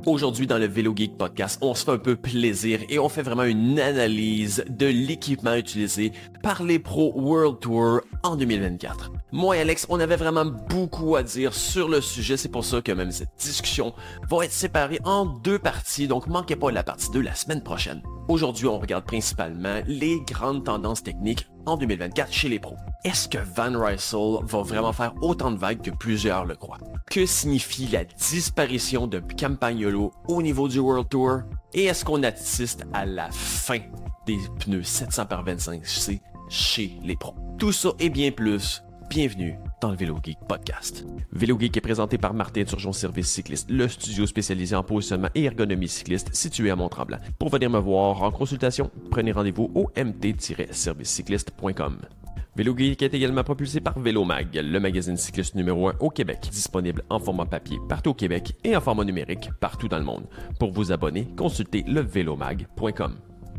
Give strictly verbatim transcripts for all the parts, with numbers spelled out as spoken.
Aujourd'hui, dans le Vélo Geek Podcast, on se fait un peu plaisir et on fait vraiment une analyse de l'équipement utilisé par les pros World Tour en deux mille vingt-quatre. Moi et Alex, on avait vraiment beaucoup à dire sur le sujet, c'est pour ça que même cette discussion va être séparée en deux parties, donc manquez pas la partie deux la semaine prochaine. Aujourd'hui, on regarde principalement les grandes tendances techniques en deux mille vingt-quatre chez les pros. Est-ce que Van Rysel va vraiment faire autant de vagues que plusieurs le croient? Que signifie la disparition de Campagnolo au niveau du World Tour? Et est-ce qu'on assiste à la fin des pneus sept cents par vingt-cinq C chez les pros? Tout ça et bien plus, bienvenue dans le Vélo Geek Podcast. Vélo Geek est présenté par Martin Turgeon Service Cycliste, le studio spécialisé en positionnement et ergonomie cycliste situé à Mont-Tremblant. Pour venir me voir en consultation, prenez rendez-vous au m t tiret service cycliste point com. Vélo Geek est également propulsé par Vélomag, le magazine cycliste numéro un au Québec, disponible en format papier partout au Québec et en format numérique partout dans le monde. Pour vous abonner, consultez le vélomag point com.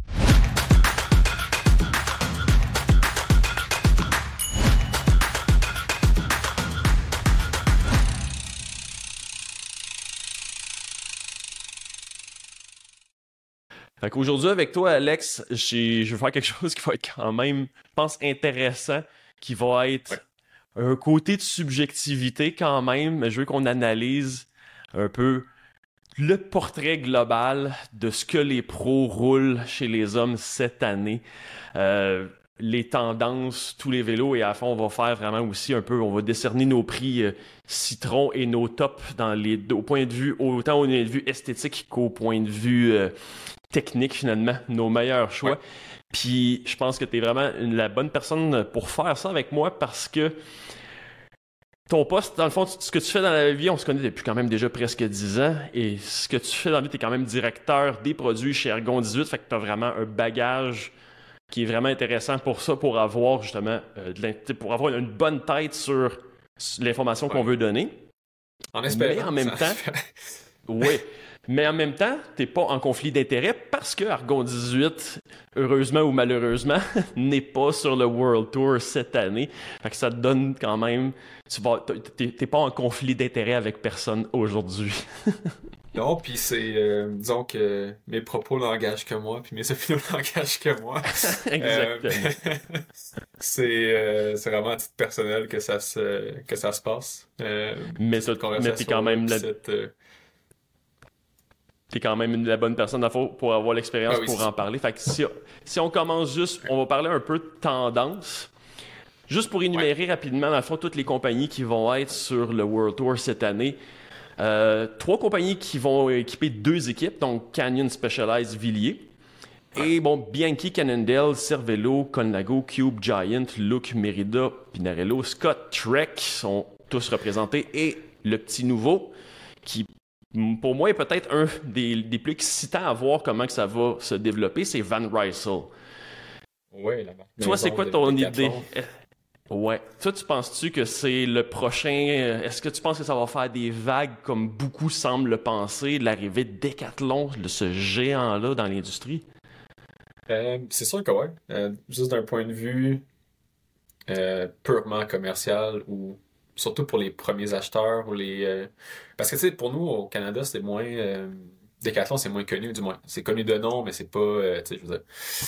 Fait qu'aujourd'hui, avec toi, Alex, j'ai, je vais faire quelque chose qui va être quand même, je pense, intéressant, qui va être ouais. un côté de subjectivité quand même, mais je veux qu'on analyse un peu le portrait global de ce que les pros roulent chez les hommes cette année. Euh, les tendances, tous les vélos, et à la fin, on va faire vraiment aussi un peu, on va décerner nos prix euh, citron et nos tops dans les, au point de vue, autant au point de vue esthétique qu'au point de vue euh, technique, finalement, nos meilleurs choix. Ouais. Puis je pense que tu es vraiment une, la bonne personne pour faire ça avec moi parce que ton poste, dans le fond, ce que tu fais dans la vie, on se connaît depuis quand même déjà presque dix ans, et ce que tu fais dans la vie, tu es quand même directeur des produits chez Ergon dix-huit, fait que tu as vraiment un bagage qui est vraiment intéressant pour ça, pour avoir justement euh, de pour avoir une bonne tête sur, sur l'information ouais. qu'on veut donner. En espérant. Mais en même temps, oui. Mais en même temps, t'es pas en conflit d'intérêts parce que Ergon dix-huit, heureusement ou malheureusement, n'est pas sur le World Tour cette année. Fait que ça te donne quand même, tu vas, t'es, t'es pas en conflit d'intérêts avec personne aujourd'hui. Non, puis c'est, euh, disons que mes propos n'engagent que moi, puis mes opinions n'engagent que moi. Exactement. Euh, c'est, euh, c'est vraiment à titre personnel que ça se, que ça se passe. Euh, mais ça, mais t'es quand même la... cette, euh... t'es quand même une, la bonne personne pour avoir l'expérience ah oui, pour en parler. Fait que si, si on commence juste, on va parler un peu de tendance. Juste pour énumérer ouais. rapidement, dans le fond, toutes les compagnies qui vont être sur le World Tour cette année. Euh, trois compagnies qui vont équiper deux équipes, donc Canyon Specialized Villiers. Ouais. Et bon, Bianchi, Cannondale, Cervelo, Colnago, Cube, Giant, Look, Merida, Pinarello, Scott, Trek sont tous représentés. Et le petit nouveau, qui pour moi est peut-être un des, des plus excitants à voir comment que ça va se développer, c'est Van Rysel. Oui, là-bas. Toi, c'est quoi ton idée? Ouais. Toi, tu penses-tu que c'est le prochain... Est-ce que tu penses que ça va faire des vagues comme beaucoup semblent le penser, de l'arrivée de Decathlon, de ce géant-là dans l'industrie? Euh, c'est sûr que oui. Euh, juste d'un point de vue euh, purement commercial ou surtout pour les premiers acheteurs ou les... Euh... Parce que, tu sais, pour nous, au Canada, c'est moins... Euh... Decathlon, c'est moins connu, du moins. C'est connu de nom, mais c'est pas... Euh, tu sais, je veux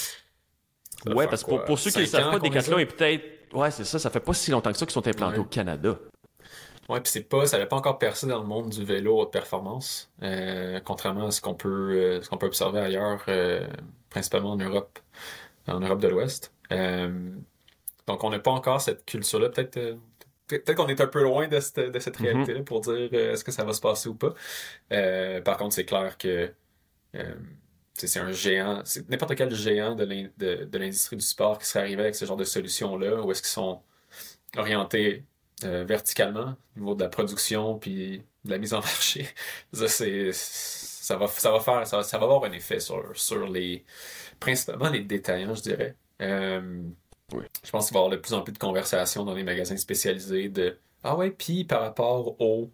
dire... Ouais, parce que pour, pour ceux qui ne savent pas, Decathlon est peut-être... Ouais, c'est ça, ça fait pas si longtemps que ça qu'ils sont implantés ouais. au Canada. Ouais, puis c'est pas... Ça n'avait pas encore percé dans le monde du vélo haute performance, euh, contrairement à ce qu'on peut, euh, ce qu'on peut observer ailleurs, euh, principalement en Europe, en Europe de l'Ouest. Euh... Donc, on n'a pas encore cette culture-là. Peut-être... Euh... Peut-être qu'on est un peu loin de cette, de cette réalité-là mm-hmm. pour dire euh, est-ce que ça va se passer ou pas. Euh, par contre, c'est clair que euh, c'est un géant, c'est n'importe quel géant de, l'in, de, de l'industrie du sport qui serait arrivé avec ce genre de solutions-là, ou est-ce qu'ils sont orientés euh, verticalement au niveau de la production puis de la mise en marché. Ça, c'est, ça, va, ça va faire, ça va, ça va avoir un effet sur, sur les, principalement les détaillants, je dirais. Euh, Oui. Je pense qu'il va y avoir de plus en plus de conversations dans les magasins spécialisés de « Ah ouais, puis par rapport au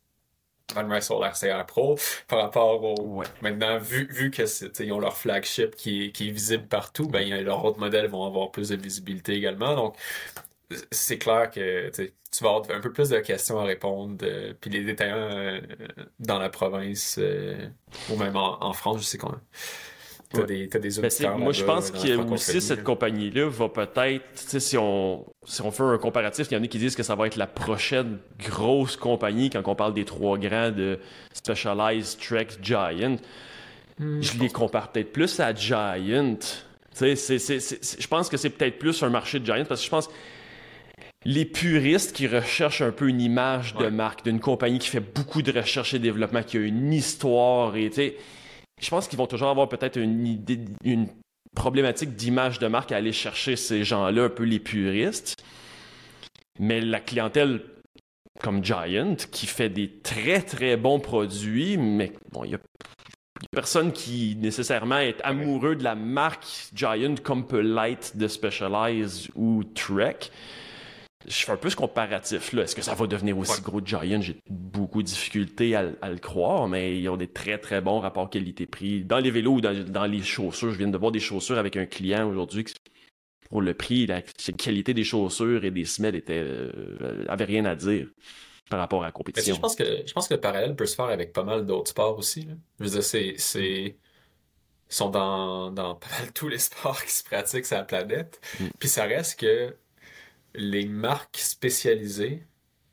Van Rysel R C R Pro, par rapport au... Ouais. » Maintenant, vu, vu qu'ils ont leur flagship qui est, qui est visible partout, ben, leur autres modèles vont avoir plus de visibilité également. Donc, c'est clair que tu sais, tu vas avoir un peu plus de questions à répondre, euh, puis les détaillants euh, dans la province euh, ou même en, en France, je sais qu'on t'as Ouais. des t'as des Ben, c'est, auditeurs moi, je là-bas pense dans la que aussi francophonie, là. cette compagnie-là va peut-être, tu sais, si on, si on fait un comparatif, il y en a qui disent que ça va être la prochaine grosse compagnie quand on parle des trois grands de Specialized, Trek, Giant. Hmm, je Je les pense pas. compare peut-être plus à Giant. Tu sais, c'est, c'est, c'est- c'est- je pense que c'est peut-être plus un marché de Giant parce que je pense les puristes qui recherchent un peu une image de Ouais. marque d'une compagnie qui fait beaucoup de recherche et développement, qui a une histoire et tu sais, je pense qu'ils vont toujours avoir peut-être une idée, une problématique d'image de marque à aller chercher ces gens-là, un peu les puristes. Mais la clientèle comme Giant, qui fait des très très bons produits, mais bon, il y a personne qui nécessairement est Ouais. amoureux de la marque Giant comme peut l'être de Specialized ou Trek. Je fais un peu ce comparatif là. Est-ce que ça va devenir Ouais. aussi gros de Giant? J'ai beaucoup de difficultés à, à le croire, mais ils ont des très très bons rapports qualité-prix. Dans les vélos ou dans, dans les chaussures, je viens de voir des chaussures avec un client aujourd'hui qui, pour le prix, la qualité des chaussures et des semelles était, euh, avait rien à dire par rapport à la Mais tu sais, je compétition. pense que je pense que le parallèle peut se faire avec pas mal d'autres sports aussi, là. Je veux dire, c'est Mm. c'est ils sont dans dans pas mal tous les sports qui se pratiquent sur la planète. Mm. Puis ça reste que les marques spécialisées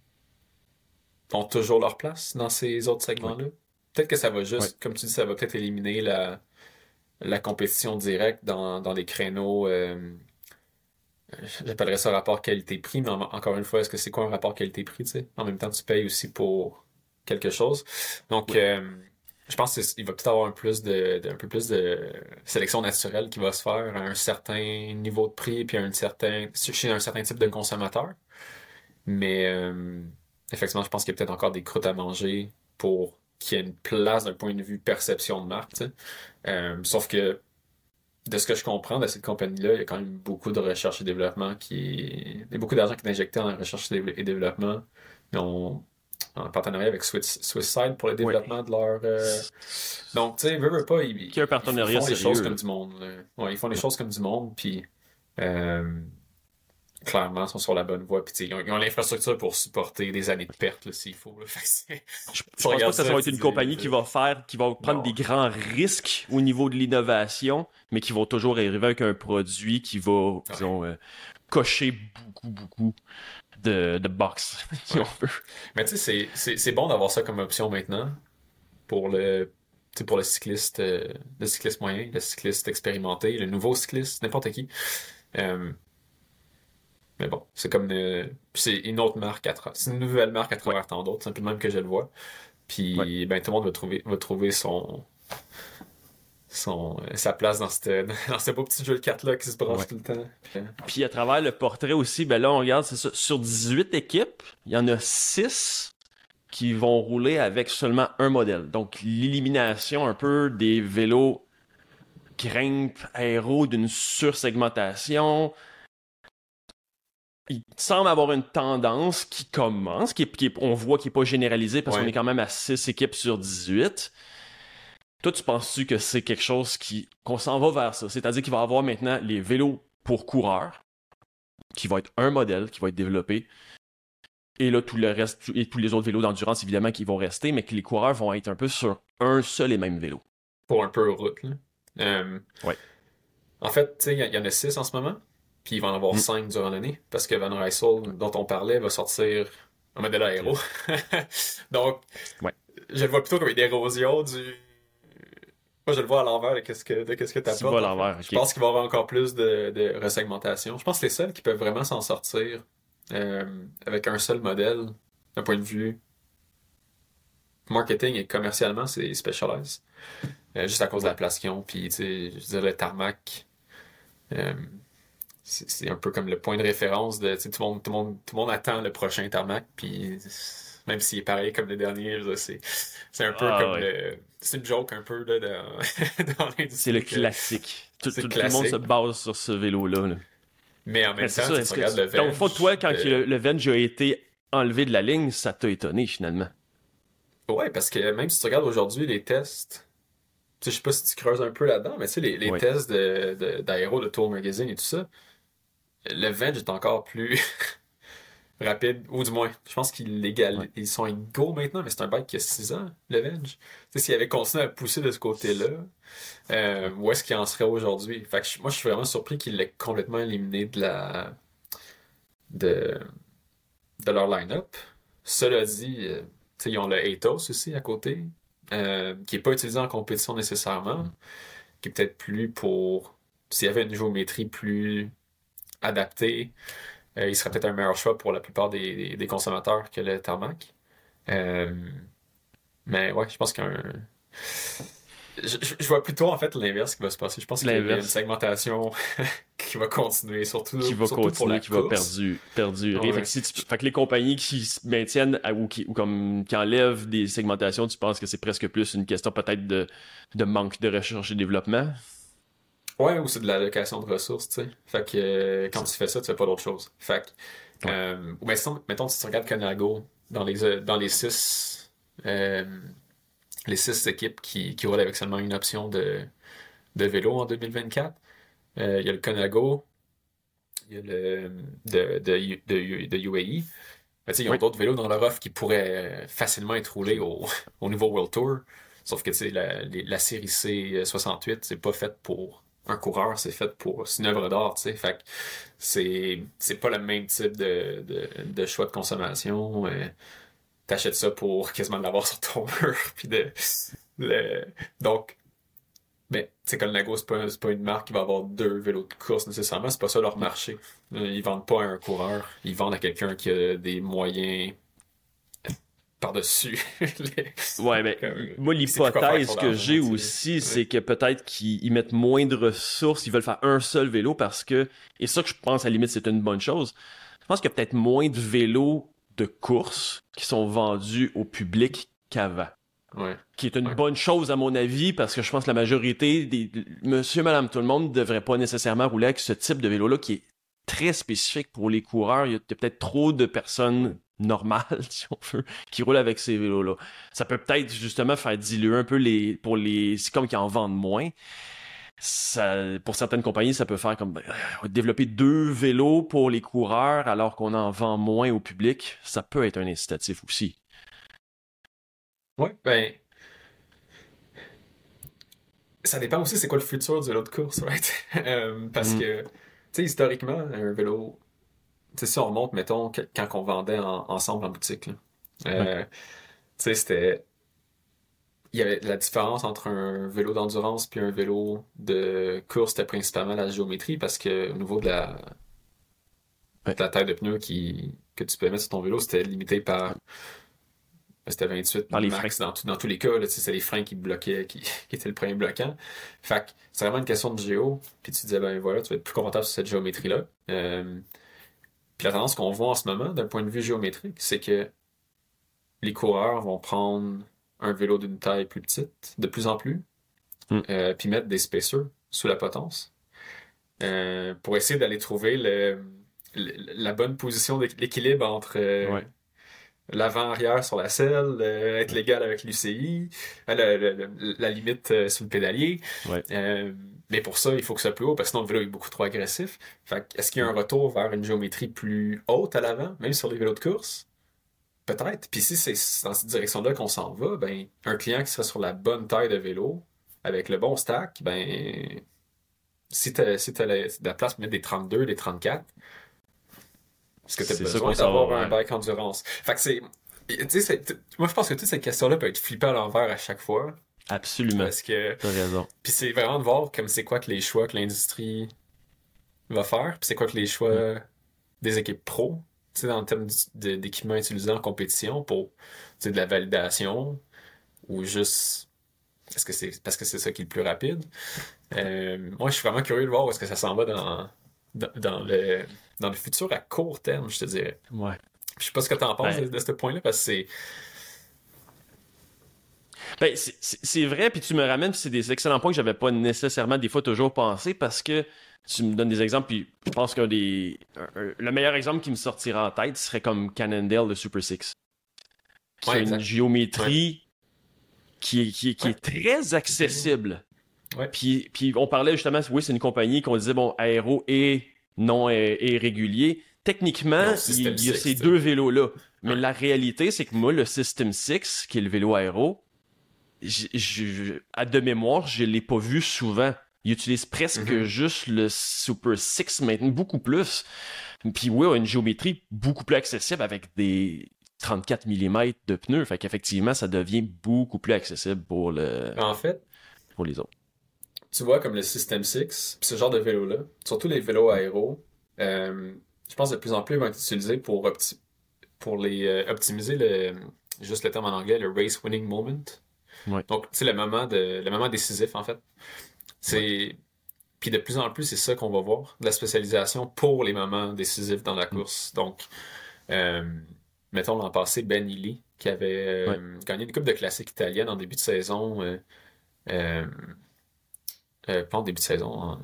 ont toujours leur place dans ces autres Oui, segments-là. Peut-être que ça va oui, juste, comme tu dis, ça va peut-être éliminer la, la compétition directe dans, dans les créneaux. Euh, j'appellerais ça rapport qualité-prix, mais en- encore une fois, est-ce que c'est quoi un rapport qualité-prix, tu sais? En même temps, tu payes aussi pour quelque chose. Donc, oui. euh, je pense qu'il va peut-être avoir un, plus de, de- un peu plus de sélection naturelle qui va se faire à un certain niveau de prix, puis à un certain, chez un certain type de consommateur. Mais euh, effectivement, je pense qu'il y a peut-être encore des croûtes à manger pour qu'il y ait une place d'un point de vue perception de marque, tu sais. Euh, sauf que de ce que je comprends de cette compagnie-là, il y a quand même beaucoup de recherche et développement qui il y a beaucoup d'argent qui est injecté en recherche et dé- et développement. Ils ont en partenariat avec Swiss, Swisside pour le Oui. développement de leur. euh, Donc, tu sais, veux, veux pas, ils, Qui a un ils- ils partenariat font les choses sérieux, comme là. du monde, là. Ouais, ils font les Ouais. choses comme du monde, puis euh, clairement, ils sont sur la bonne voie. Puis, tu sais, ils ont, ils ont l'infrastructure pour supporter des années de pertes, là, s'il faut, là. Fait que c'est- Je, je tu pense pas regardes que ça ça, va être tu une dis, compagnie qui euh, va faire, qui va prendre des non. grands risques au niveau de l'innovation, mais qui vont toujours arriver avec un produit qui va, Ouais, disons, euh, cocher beaucoup, beaucoup de, de box, si on ouais. veut. Mais tu sais, c'est, c'est, c'est bon d'avoir ça comme option maintenant pour le, tu sais, pour le cycliste, euh, le cycliste moyen, le cycliste expérimenté, le nouveau cycliste, n'importe qui. Euh, mais bon, c'est comme une, c'est une autre marque à travers, c'est une nouvelle marque à Ouais, travers tant d'autres, c'est un peu de même que je le vois. ouais. Puis, ben, tout le monde va trouver, va trouver son, son, euh, sa place dans cette, dans ce beau petit jeu de cartes-là qui se branche Ouais. tout le temps. Puis, euh, Puis à travers le portrait aussi, ben là, on regarde, c'est ça, sur dix-huit équipes, il y en a six qui vont rouler avec seulement un modèle. Donc, l'élimination un peu des vélos grimpe aéro d'une sursegmentation. Il semble avoir une tendance qui commence, qui, est- qui est- on voit qui n'est pas généralisée parce qu'on est ouais. quand même à six équipes sur dix-huit. Toi, tu penses-tu que c'est quelque chose qui qu'on s'en va vers ça? C'est-à-dire qu'il va y avoir maintenant les vélos pour coureurs, qui va être un modèle qui va être développé, et là, tout le reste, et tous les autres vélos d'endurance, évidemment, qui vont rester, mais que les coureurs vont être un peu sur un seul et même vélo. Pour un peu route, là. Euh, Ouais. En fait, tu sais, il y, y en a six en ce moment, puis il va en avoir Mm. cinq durant l'année, parce que Van Rysel, dont on parlait, va sortir un modèle aéro. Donc, Ouais. je le vois plutôt comme une érosion du... Moi, je le vois à l'envers de qu'est-ce que, de qu'est-ce que S'il va à t'apportes, en fait. l'envers, Je ok. pense qu'il va y avoir encore plus de, de resegmentation. Je pense que les seuls qui peuvent vraiment s'en sortir euh, avec un seul modèle, d'un point de vue marketing et commercialement, c'est Specialized. Euh, juste à cause de la Ouais. place qu'ils ont, puis, tu sais, je veux dire, le tarmac... euh, c'est c'est un peu comme le point de référence de tu sais, tout le monde tout le monde tout le monde attend le prochain tarmac puis même s'il est pareil comme le dernier je veux dire, c'est c'est un peu Ah comme ouais. le c'est une joke un peu là dans, dans C'est le l'industrie que classique. Tout, c'est tout- tout le monde se classique base sur ce vélo-là, là. mais en Mais même c'est temps ça, tu sais, est-ce tu que regardes tu... le Dans le fond, toi, Venge quand que de le, le Venge a été enlevé de la ligne, ça t'a étonné, finalement. ouais parce que même si tu regardes aujourd'hui les tests tu sais je sais pas si tu creuses un peu là-dedans mais tu sais les, les Oui. tests de, de- d'aéro de Tour Magazine et tout ça le Venge est encore plus rapide, ou du moins, je pense qu'ils l'égal... Ouais. ils sont égaux maintenant, mais c'est un bike qui a six ans, le Venge. Tu sais, s'il avait continué à pousser de ce côté-là, euh, où est-ce qu'il en serait aujourd'hui? Fait que je- moi, je suis vraiment surpris qu'il l'ait complètement éliminé de la de, de leur line-up. Cela dit, euh, tu sais, ils ont le Atos aussi à côté, euh, qui est pas utilisé en compétition nécessairement, qui est peut-être plus pour... S'il y avait une géométrie plus adaptée, euh, il serait peut-être un meilleur choix pour la plupart des, des, des consommateurs que le tarmac. Euh, mais ouais, je pense qu'un... Je, je- je vois plutôt en fait l'inverse qui va se passer. Je pense qu'il y a une L'inverse. segmentation qui va continuer, Qui surtout, va surtout pour continuer, la qui va course. perdu, perdurer. Fait que, Ouais. si tu- fait que les compagnies qui se maintiennent à- ou, qui, ou comme, qui enlèvent des segmentations, tu penses que c'est presque plus une question peut-être de, de manque de recherche et développement? Ouais, ou c'est de l'allocation de ressources, tu sais. Fait que euh, quand Ça. tu fais ça, tu fais pas d'autre chose. Fait que, Ouais. euh, ou ben, sinon, mettons, si tu regardes Conago, dans les, euh, dans les six, euh, les six équipes qui, qui roulent avec seulement une option de, de vélo en deux mille vingt-quatre, euh, il y a le Conago, il y a le de, de, U- de, U- de U A E. Ben, tu sais, ils ont Oui. d'autres vélos dans leur offre qui pourraient facilement être roulés au, au niveau World Tour. Sauf que, tu sais, la, les- la série C soixante-huit, c'est pas fait pour un coureur, c'est fait pour... C'est une œuvre d'art, tu sais. Fait que c'est, c'est pas le même type de, de, de choix de consommation. Euh, t'achètes ça pour quasiment l'avoir sur ton mur. Puis de, de- donc, ben, tu sais, Colnago, c'est pas, c'est pas une marque qui va avoir deux vélos de course nécessairement. C'est pas ça leur marché. Euh, Ils vendent pas à un coureur. Ils vendent à quelqu'un qui a des moyens par-dessus. les- Ouais, ben, comme, y- moi, il sait plus quoi faire avec l'hypothèse son que argent, j'ai tu sais. aussi, Ouais. c'est que peut-être qu'ils ils mettent moins de ressources, ils veulent faire un seul vélo parce que, et ça que je pense à la limite c'est une bonne chose, je pense qu'il y a peut-être moins de vélos de course qui sont vendus au public qu'avant. Ouais. Qui est une Ouais. bonne chose à mon avis, parce que je pense que la majorité des monsieur, madame, tout le monde ne devrait pas nécessairement rouler avec ce type de vélo-là qui est très spécifique pour les coureurs. Il y a peut-être trop de personnes normales, si on veut, qui roulent avec ces vélos-là. Ça peut peut-être justement faire diluer un peu les... pour les... C'est comme qu'ils en vendent moins. Ça, pour certaines compagnies, ça peut faire comme ben, on va développer deux vélos pour les coureurs alors qu'on en vend moins au public. Ça peut être un incitatif aussi. Ouais. Ben, ça dépend aussi c'est quoi le futur du vélo de course, right? Euh, parce Mm. que, tu sais, historiquement, un vélo, tu sais, si on remonte, mettons, que- quand on vendait en- ensemble en boutique, là, Ouais. euh, tu sais, c'était il y avait la différence entre un vélo d'endurance puis un vélo de course, c'était principalement la géométrie parce que au niveau de la, Ouais. de la taille de pneu qui, que tu peux mettre sur ton vélo, c'était limité par c'était vingt-huit Par les freins. max dans, tout- dans tous les cas. Là, tu sais, c'est les freins qui bloquaient, qui, qui étaient le premier bloquant. Fait que c'est vraiment une question de géo. Puis tu disais, ben voilà, tu vas être plus confortable sur cette géométrie-là. Euh, puis la tendance qu'on voit en ce moment, d'un point de vue géométrique, c'est que les coureurs vont prendre un vélo d'une taille plus petite, de plus en plus, Mm. euh, puis mettre des spacers sous la potence, euh, pour essayer d'aller trouver le, le- la bonne position, l'équilibre entre euh, Ouais. l'avant-arrière sur la selle, euh, être légal avec l'U C I, euh, le- le- le- la limite euh, sous le pédalier. Ouais. Euh, mais pour ça, il faut que ça soit plus haut, parce que sinon le vélo est beaucoup trop agressif. Fait que, est-ce qu'il y a un retour vers une géométrie plus haute à l'avant, même sur les vélos de course? Peut-être. Puis si c'est dans cette direction-là qu'on s'en va, ben, un client qui serait sur la bonne taille de vélo, avec le bon stack, ben, si t'as, si t'as la, la place pour mettre des trente-deux, des trente-quatre, est-ce que t'as C'est ça qu'on besoin s'en d'avoir va un vers. bike endurance? Fait que c'est, tu sais, c'est- t- moi je pense que toute cette question-là peut être flippée à l'envers à chaque fois, Absolument. parce que, T'as raison. puis c'est vraiment de voir comme c'est quoi que les choix que l'industrie va faire, puis c'est quoi que les Mm. choix des équipes pro, tu sais, en termes d- de- d'équipements utilisés en compétition pour, tu sais, de la validation, ou juste, est-ce que c'est parce que c'est ça qui est le plus rapide? Euh, moi, je suis vraiment curieux de voir où est-ce que ça s'en va dans, dans, dans le, dans le futur à court terme, je te dirais. Ouais. Je sais pas ce que t'en penses Ben, de, de ce point-là, parce que c'est... ben c'est c'est- c'est vrai, puis tu me ramènes, puis c'est des excellents points que j'avais pas nécessairement des fois toujours pensé parce que tu me donnes des exemples, puis je pense que des, un- un- le meilleur exemple qui me sortira en tête serait comme Cannondale de Super Six, qui Ouais, a une exact. Ouais. géométrie qui est, qui est, qui Ouais. est très accessible. Ouais. Puis, puis on parlait justement, oui, c'est une compagnie qu'on disait, bon, aéro et non est, est régulier. Techniquement, il, il y a ces deux vélos-là. Mais ouais. la réalité, c'est que moi, le System six, qui est le vélo aéro, j- j- à de mémoire, je l'ai pas vu souvent. Il utilise presque mm-hmm. juste le Super six maintenant, beaucoup plus. Puis oui, une géométrie beaucoup plus accessible avec des trente-quatre millimètres de pneus. Fait qu'effectivement, ça devient beaucoup plus accessible pour le en fait, pour les autres. Tu vois, comme le System six, ce genre de vélo-là, surtout les vélos aéros, euh, je pense que de plus en plus ils vont être utilisés pour, opti- pour les, euh, optimiser le, juste le terme en anglais, le race winning moment. Ouais. Donc, tu sais, le moment de, le moment décisif, en fait. C'est, ouais. Puis de plus en plus, c'est ça qu'on va voir, de la spécialisation pour les moments décisifs dans la course. Mm. Donc, euh, mettons l'an passé, Ben Healy, qui avait euh, ouais. gagné une coupe de classique italienne en début de saison, euh, euh, euh, pas en début de saison, en...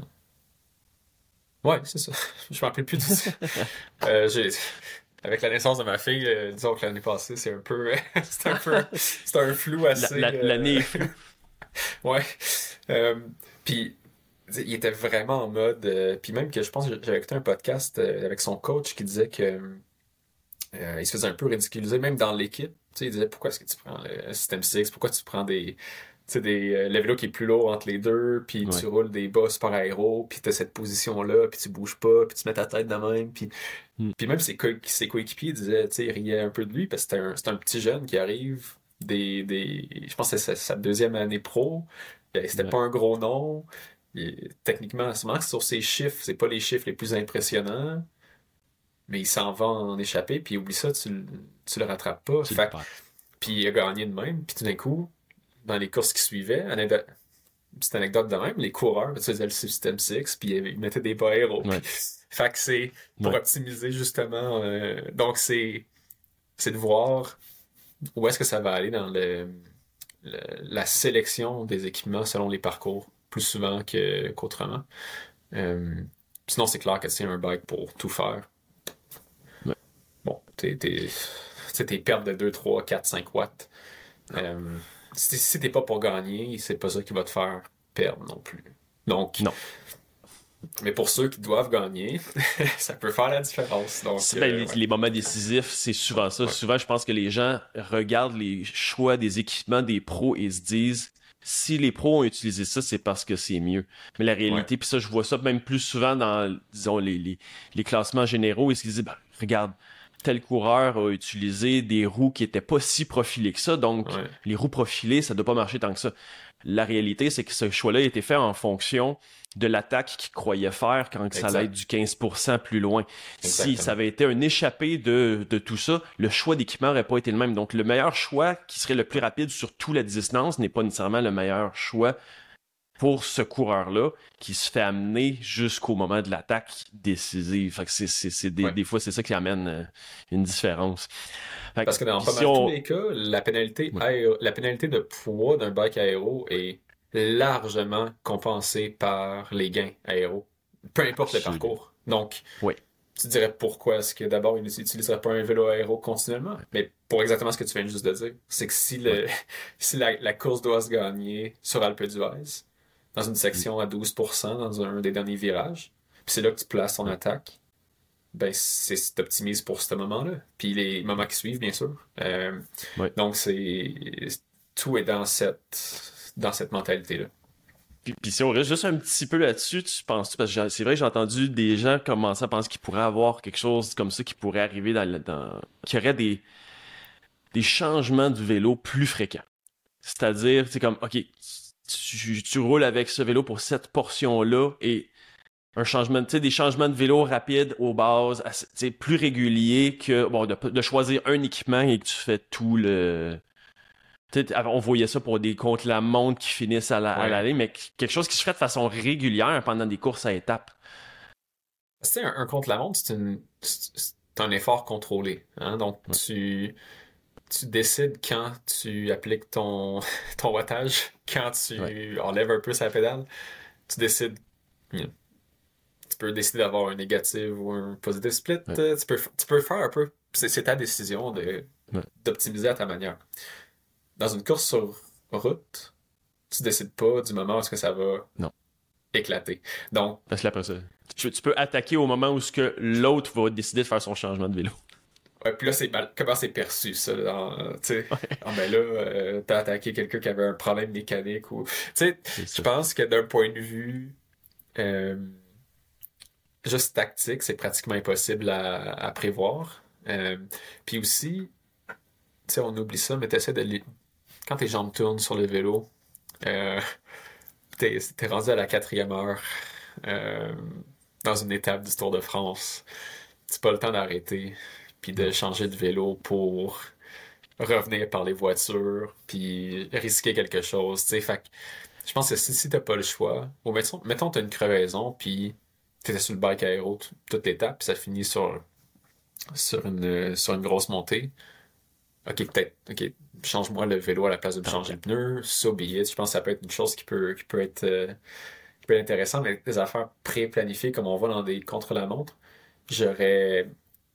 Ouais, c'est ça. Je m'en rappelle plus de ça. euh, j'ai... Avec la naissance de ma fille, euh, disons que l'année passée, c'est un peu... c'est un peu... c'est un flou assez... La, la, l'année est floue. ouais. Euh, puis, il était vraiment en mode... Euh, puis même que je pense que j'avais écouté un podcast euh, avec son coach qui disait que euh, il se faisait un peu ridiculiser, même dans l'équipe. Tu sais, il disait, pourquoi est-ce que tu prends le System six? Pourquoi tu prends des... Tu sais, des, euh, le vélo qui est plus lourd entre les deux, puis ouais. tu roules des bas super aéro, puis t'as cette position-là, puis tu bouges pas, puis tu mets ta tête de même, puis, mm. puis même ses, co- ses coéquipiers disaient, tu sais, ils riaient un peu de lui, parce que c'était un, c'est un petit jeune qui arrive, des, des, je pense que c'est sa, sa deuxième année pro, c'était ouais. pas un gros nom, et, techniquement, sûrement que sur ses chiffres, c'est pas les chiffres les plus impressionnants, mais il s'en va en échapper, puis oublie ça, tu, tu le rattrapes pas, fait, puis il a gagné de même, puis tout d'un coup, dans les courses qui suivaient, anecdote, petite anecdote de même, les coureurs utilisaient le System six, puis ils mettaient des bas aéros. Ouais. Fait que c'est pour ouais. optimiser justement. Euh, donc c'est c'est de voir où est-ce que ça va aller dans le, le la sélection des équipements selon les parcours, plus souvent que, qu'autrement. Euh, sinon, c'est clair que c'est un bike pour tout faire. Ouais. Bon, t'es, t'es, t'es, tes pertes de deux, trois, quatre, cinq watts. Euh, Si, si t'es pas pour gagner, c'est pas ça qui va te faire perdre non plus. Donc, non. Mais pour ceux qui doivent gagner, ça peut faire la différence. Donc, c'est, ben, euh, les, ouais. les moments décisifs, c'est souvent ça. Ouais. Souvent, je pense que les gens regardent les choix des équipements des pros et se disent si les pros ont utilisé ça, c'est parce que c'est mieux. Mais la réalité, ouais. puis ça, je vois ça même plus souvent dans, disons, les, les, les classements généraux. Ils se disent, ben, regarde, tel coureur a utilisé des roues qui étaient pas si profilées que ça, donc ouais. les roues profilées, ça doit pas marcher tant que ça. La réalité, c'est que ce choix-là a été fait en fonction de l'attaque qu'il croyait faire quand exact. Ça allait être du quinze pour cent plus loin. Exactement. Si ça avait été un échappé de, de tout ça, le choix d'équipement n'aurait pas été le même. Donc le meilleur choix qui serait le plus rapide sur toute la distance n'est pas nécessairement le meilleur choix pour ce coureur-là qui se fait amener jusqu'au moment de l'attaque décisive. Fait que c'est, c'est, c'est des, ouais. des fois, c'est ça qui amène euh, une différence. Fait Parce que dans pas mal si on... tous les cas, la pénalité, ouais. aéro... la pénalité de poids d'un bike aéro est largement compensée par les gains aéro. Peu importe Absolument. Le parcours. Donc, oui. tu dirais pourquoi est-ce que d'abord, il n'utiliserait pas un vélo aéro continuellement? Ouais. Mais pour exactement ce que tu viens juste de dire, c'est que si, le... ouais. si la, la course doit se gagner sur Alpe d'Huez, dans une section à douze pour cent dans un des derniers virages, puis c'est là que tu places ton attaque, ben c'est t'optimises pour ce moment-là. Puis les moments qui suivent, bien sûr. Euh, oui. Donc c'est tout est dans cette dans cette mentalité-là. Puis, puis si on reste juste un petit peu là-dessus, tu penses parce que c'est vrai que j'ai entendu des gens commencer à penser qu'il pourrait avoir quelque chose comme ça qui pourrait arriver dans, dans qu'il y aurait des des changements du vélo plus fréquents. C'est-à-dire, c'est comme OK. Tu, tu roules avec ce vélo pour cette portion-là et un changement, tu sais, des changements de vélo rapides aux bases, tu sais, plus réguliers que, bon, de, de choisir un équipement et que tu fais tout le... Tu sais, on voyait ça pour des contre-la-montre qui finissent à, la, ouais. à l'allée, mais quelque chose qui se fait de façon régulière pendant des courses à étapes. Tu sais, un, un contre-la-montre, c'est, une, c'est un effort contrôlé, hein, donc ouais. tu... tu décides quand tu appliques ton, ton wattage, quand tu ouais. enlèves un peu sa pédale, tu décides, tu peux décider d'avoir un négatif ou un positive split, ouais. tu, peux, tu peux faire un peu, c'est, c'est ta décision de, ouais. d'optimiser à ta manière. Dans une course sur route, tu décides pas du moment où est-ce que ça va non. éclater. Donc, Parce que après ça, tu, tu peux attaquer au moment où ce que l'autre va décider de faire son changement de vélo. ouais, puis là, c'est mal... comment c'est perçu, ça, dans, tu sais, Ouais. ah ben là, euh, t'as attaqué quelqu'un qui avait un problème mécanique ou, tu sais, C'est je ça. pense que d'un point de vue euh, juste tactique, c'est pratiquement impossible à, à prévoir. Euh, puis aussi, tu sais, on oublie ça, mais t'essaies de, li- quand tes jambes tournent sur le vélo, euh, t'es, t'es rendu à la quatrième heure euh, dans une étape du Tour de France. C'est pas le temps d'arrêter, puis de changer de vélo pour revenir par les voitures, puis risquer quelque chose, tu sais. Fait que je pense que si, si t'as pas le choix, ou mettons, mettons t'as une crevaison, puis t'étais sur le bike aéro t- toute l'étape, puis ça finit sur, sur une, sur une grosse montée. Ok, peut-être, ok, change-moi le vélo à la place de me changer le pneu, so be it. Je pense que ça peut être une chose qui peut, qui peut être, euh, qui peut être intéressante, mais des affaires pré-planifiées comme on voit dans des contre-la-montre, j'aurais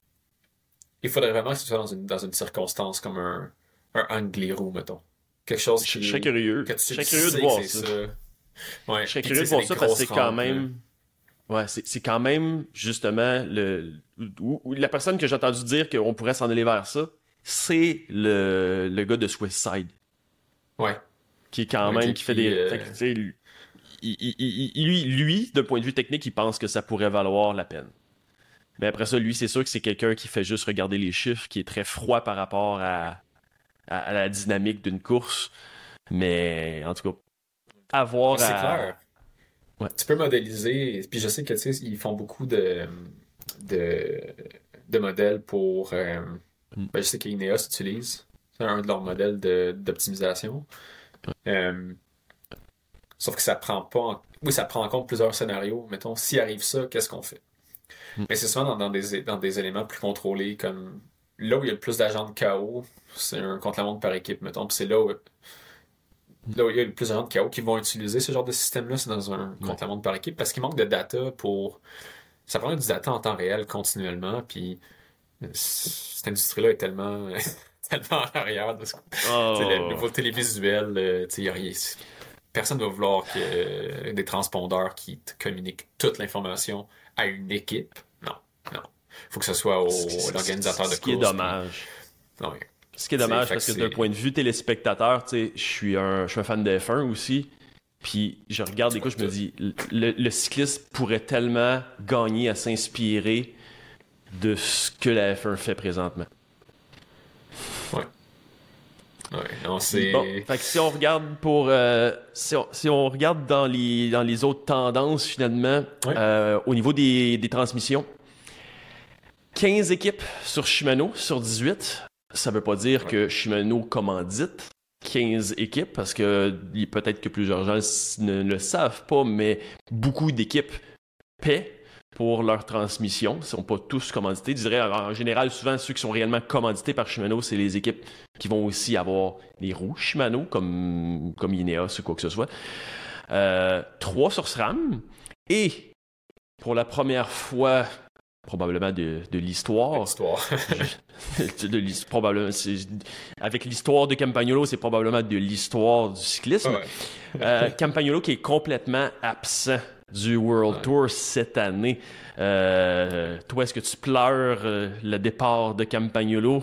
il faudrait vraiment que ce soit dans une, dans une circonstance comme un, un Angliru, mettons. Quelque chose Je je serais qui, curieux. que tu, Je tu serais curieux de sais que voir c'est ça. ça. Ouais. Je serais Puis tu curieux sais, de c'est voir des ça parce que grosses c'est quand rampes, là. même. Ouais, c'est c'est quand même justement le. Ou, ou la personne que j'ai entendu dire qu'on pourrait s'en aller vers ça, c'est le, le gars de Swiss Side. Ouais. Qui est quand Ok, même, qui fait qui, des. euh, Fait que, tu sais, lui, il- il- il- il- lui, lui, d'un point de vue technique, il pense que ça pourrait valoir la peine. Mais après ça, lui, c'est sûr que c'est quelqu'un qui fait juste regarder les chiffres, qui est très froid par rapport à, à, à la dynamique d'une course. Mais en tout cas, mais avoir c'est à. clair. Ouais. Tu peux modéliser, puis je sais que, tu sais, ils font beaucoup de, de, de modèles pour, euh, Mm. ben, je sais qu'Ineos utilise. C'est un de leurs modèles de, d'optimisation. Euh, sauf que ça prend pas en... Oui, ça prend en compte plusieurs scénarios. Mettons, s'il arrive ça, qu'est-ce qu'on fait? Mm. Mais c'est souvent dans, dans des, dans des éléments plus contrôlés, comme là où il y a le plus d'agents de chaos, c'est un contre-la-montre par équipe, mettons. Puis c'est là où, là où il y a le plus d'agents de chaos qui vont utiliser ce genre de système-là, c'est dans un Ouais. contre-la-montre par équipe, parce qu'il manque de data pour... Ça prend du data en temps réel, continuellement, puis euh, cette industrie-là est tellement... tellement en arrière de ce... Tu sais, le Oh. nouveau télévisuel, euh, tu sais, il y a rien... Personne ne va vouloir que euh, des transpondeurs qui te communiquent toute l'information à une équipe. Non, non. Faut que ce soit au Ce l'organisateur de ce qui est course. Puis, dommage. non, ouais. Ce qui est C'est- dommage fait parce que que d'un c'est- point de vue téléspectateur, tu sais, je suis un, je suis un fan de F un aussi. Puis je regarde des Tu vois courses, je me tout. dis, le, le cycliste pourrait tellement gagner à s'inspirer de ce que la F un fait présentement. Ouais. Ouais, non, Puis c'est... bon, fait que si on regarde pour, euh, si, on, si on regarde dans les, dans les autres tendances finalement, Ouais. euh, au niveau des, des transmissions, quinze équipes sur Shimano sur dix-huit. Ça veut pas dire Ouais. que Shimano commandite quinze équipes, parce que il- peut-être que plusieurs gens ne le savent pas, mais beaucoup d'équipes paient pour leur transmission. Ils ne sont pas tous commandités. Je dirais, en général, souvent, ceux qui sont réellement commandités par Shimano, c'est les équipes qui vont aussi avoir les roues Shimano, comme, comme Ineos ou quoi que ce soit. Euh, trois sur SRAM. Et, pour la première fois, probablement de, de l'histoire, L'histoire. de l'his- probablement, c'est- avec l'histoire de Campagnolo, c'est probablement de l'histoire du cyclisme. Ouais. Euh, Campagnolo qui est complètement absent du World Ouais. Tour cette année. Euh, toi, est-ce que tu pleures euh, le départ de Campagnolo?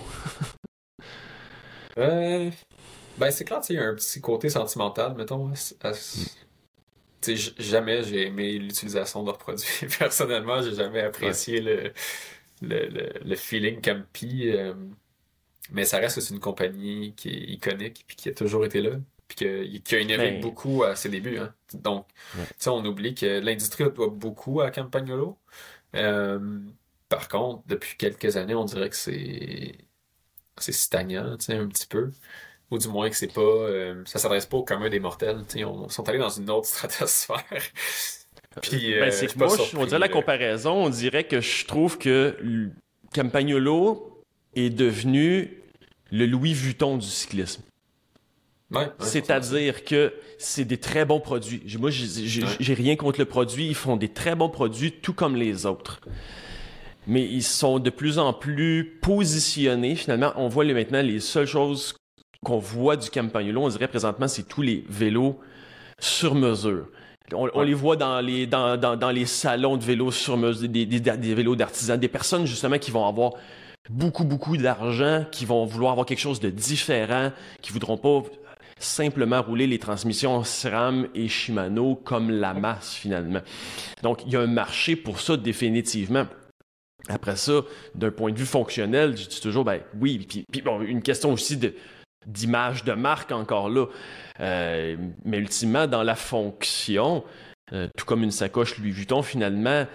Euh, ben, c'est clair, tu sais, il y a un petit côté sentimental, mettons. à- à- Tu sais, j- jamais j'ai aimé l'utilisation de leurs produits. Personnellement, j'ai jamais apprécié le, le, le, le feeling Campi. euh, mais ça reste que c'est une compagnie qui est iconique, puis qui a toujours été là, puis que- qui a innové Ben, beaucoup à ses débuts, hein. Donc, ouais. tu sais, on oublie que l'industrie doit beaucoup à Campagnolo. Euh, par contre, depuis quelques années, on dirait que c'est c'est stagnant, tu sais, un petit peu. Ou du moins que c'est pas, euh, ça s'adresse pas au commun des mortels. Tu sais, on sont allés dans une autre stratosphère. Puis, Ben, euh, c'est je que suis pas moi, je- surpris. on dirait la là. comparaison, on dirait que je trouve que l- Campagnolo est devenu le Louis Vuitton du cyclisme. Ouais, ouais, C'est-à-dire que c'est des très bons produits. J'ai- Moi, j'ai j'ai- Ouais. j'ai rien contre le produit. Ils font des très bons produits, tout comme les autres. Mais ils sont de plus en plus positionnés. Finalement, on voit les- maintenant les seules choses qu'on voit du Campagnolo, on dirait présentement, c'est tous les vélos sur mesure. On, on Ouais. les voit dans les, dans, dans, dans les salons de vélos sur mesure, des, des, des vélos d'artisans, des personnes justement qui vont avoir beaucoup, beaucoup d'argent, qui vont vouloir avoir quelque chose de différent, qui voudront pas simplement rouler les transmissions SRAM et Shimano comme la masse finalement. Donc, il y a un marché pour ça définitivement. Après ça, d'un point de vue fonctionnel, je dis toujours, ben oui, puis, puis bon, une question aussi de d'image de marque encore là. Euh, mais ultimement, dans la fonction, euh, tout comme une sacoche Louis Vuitton, finalement,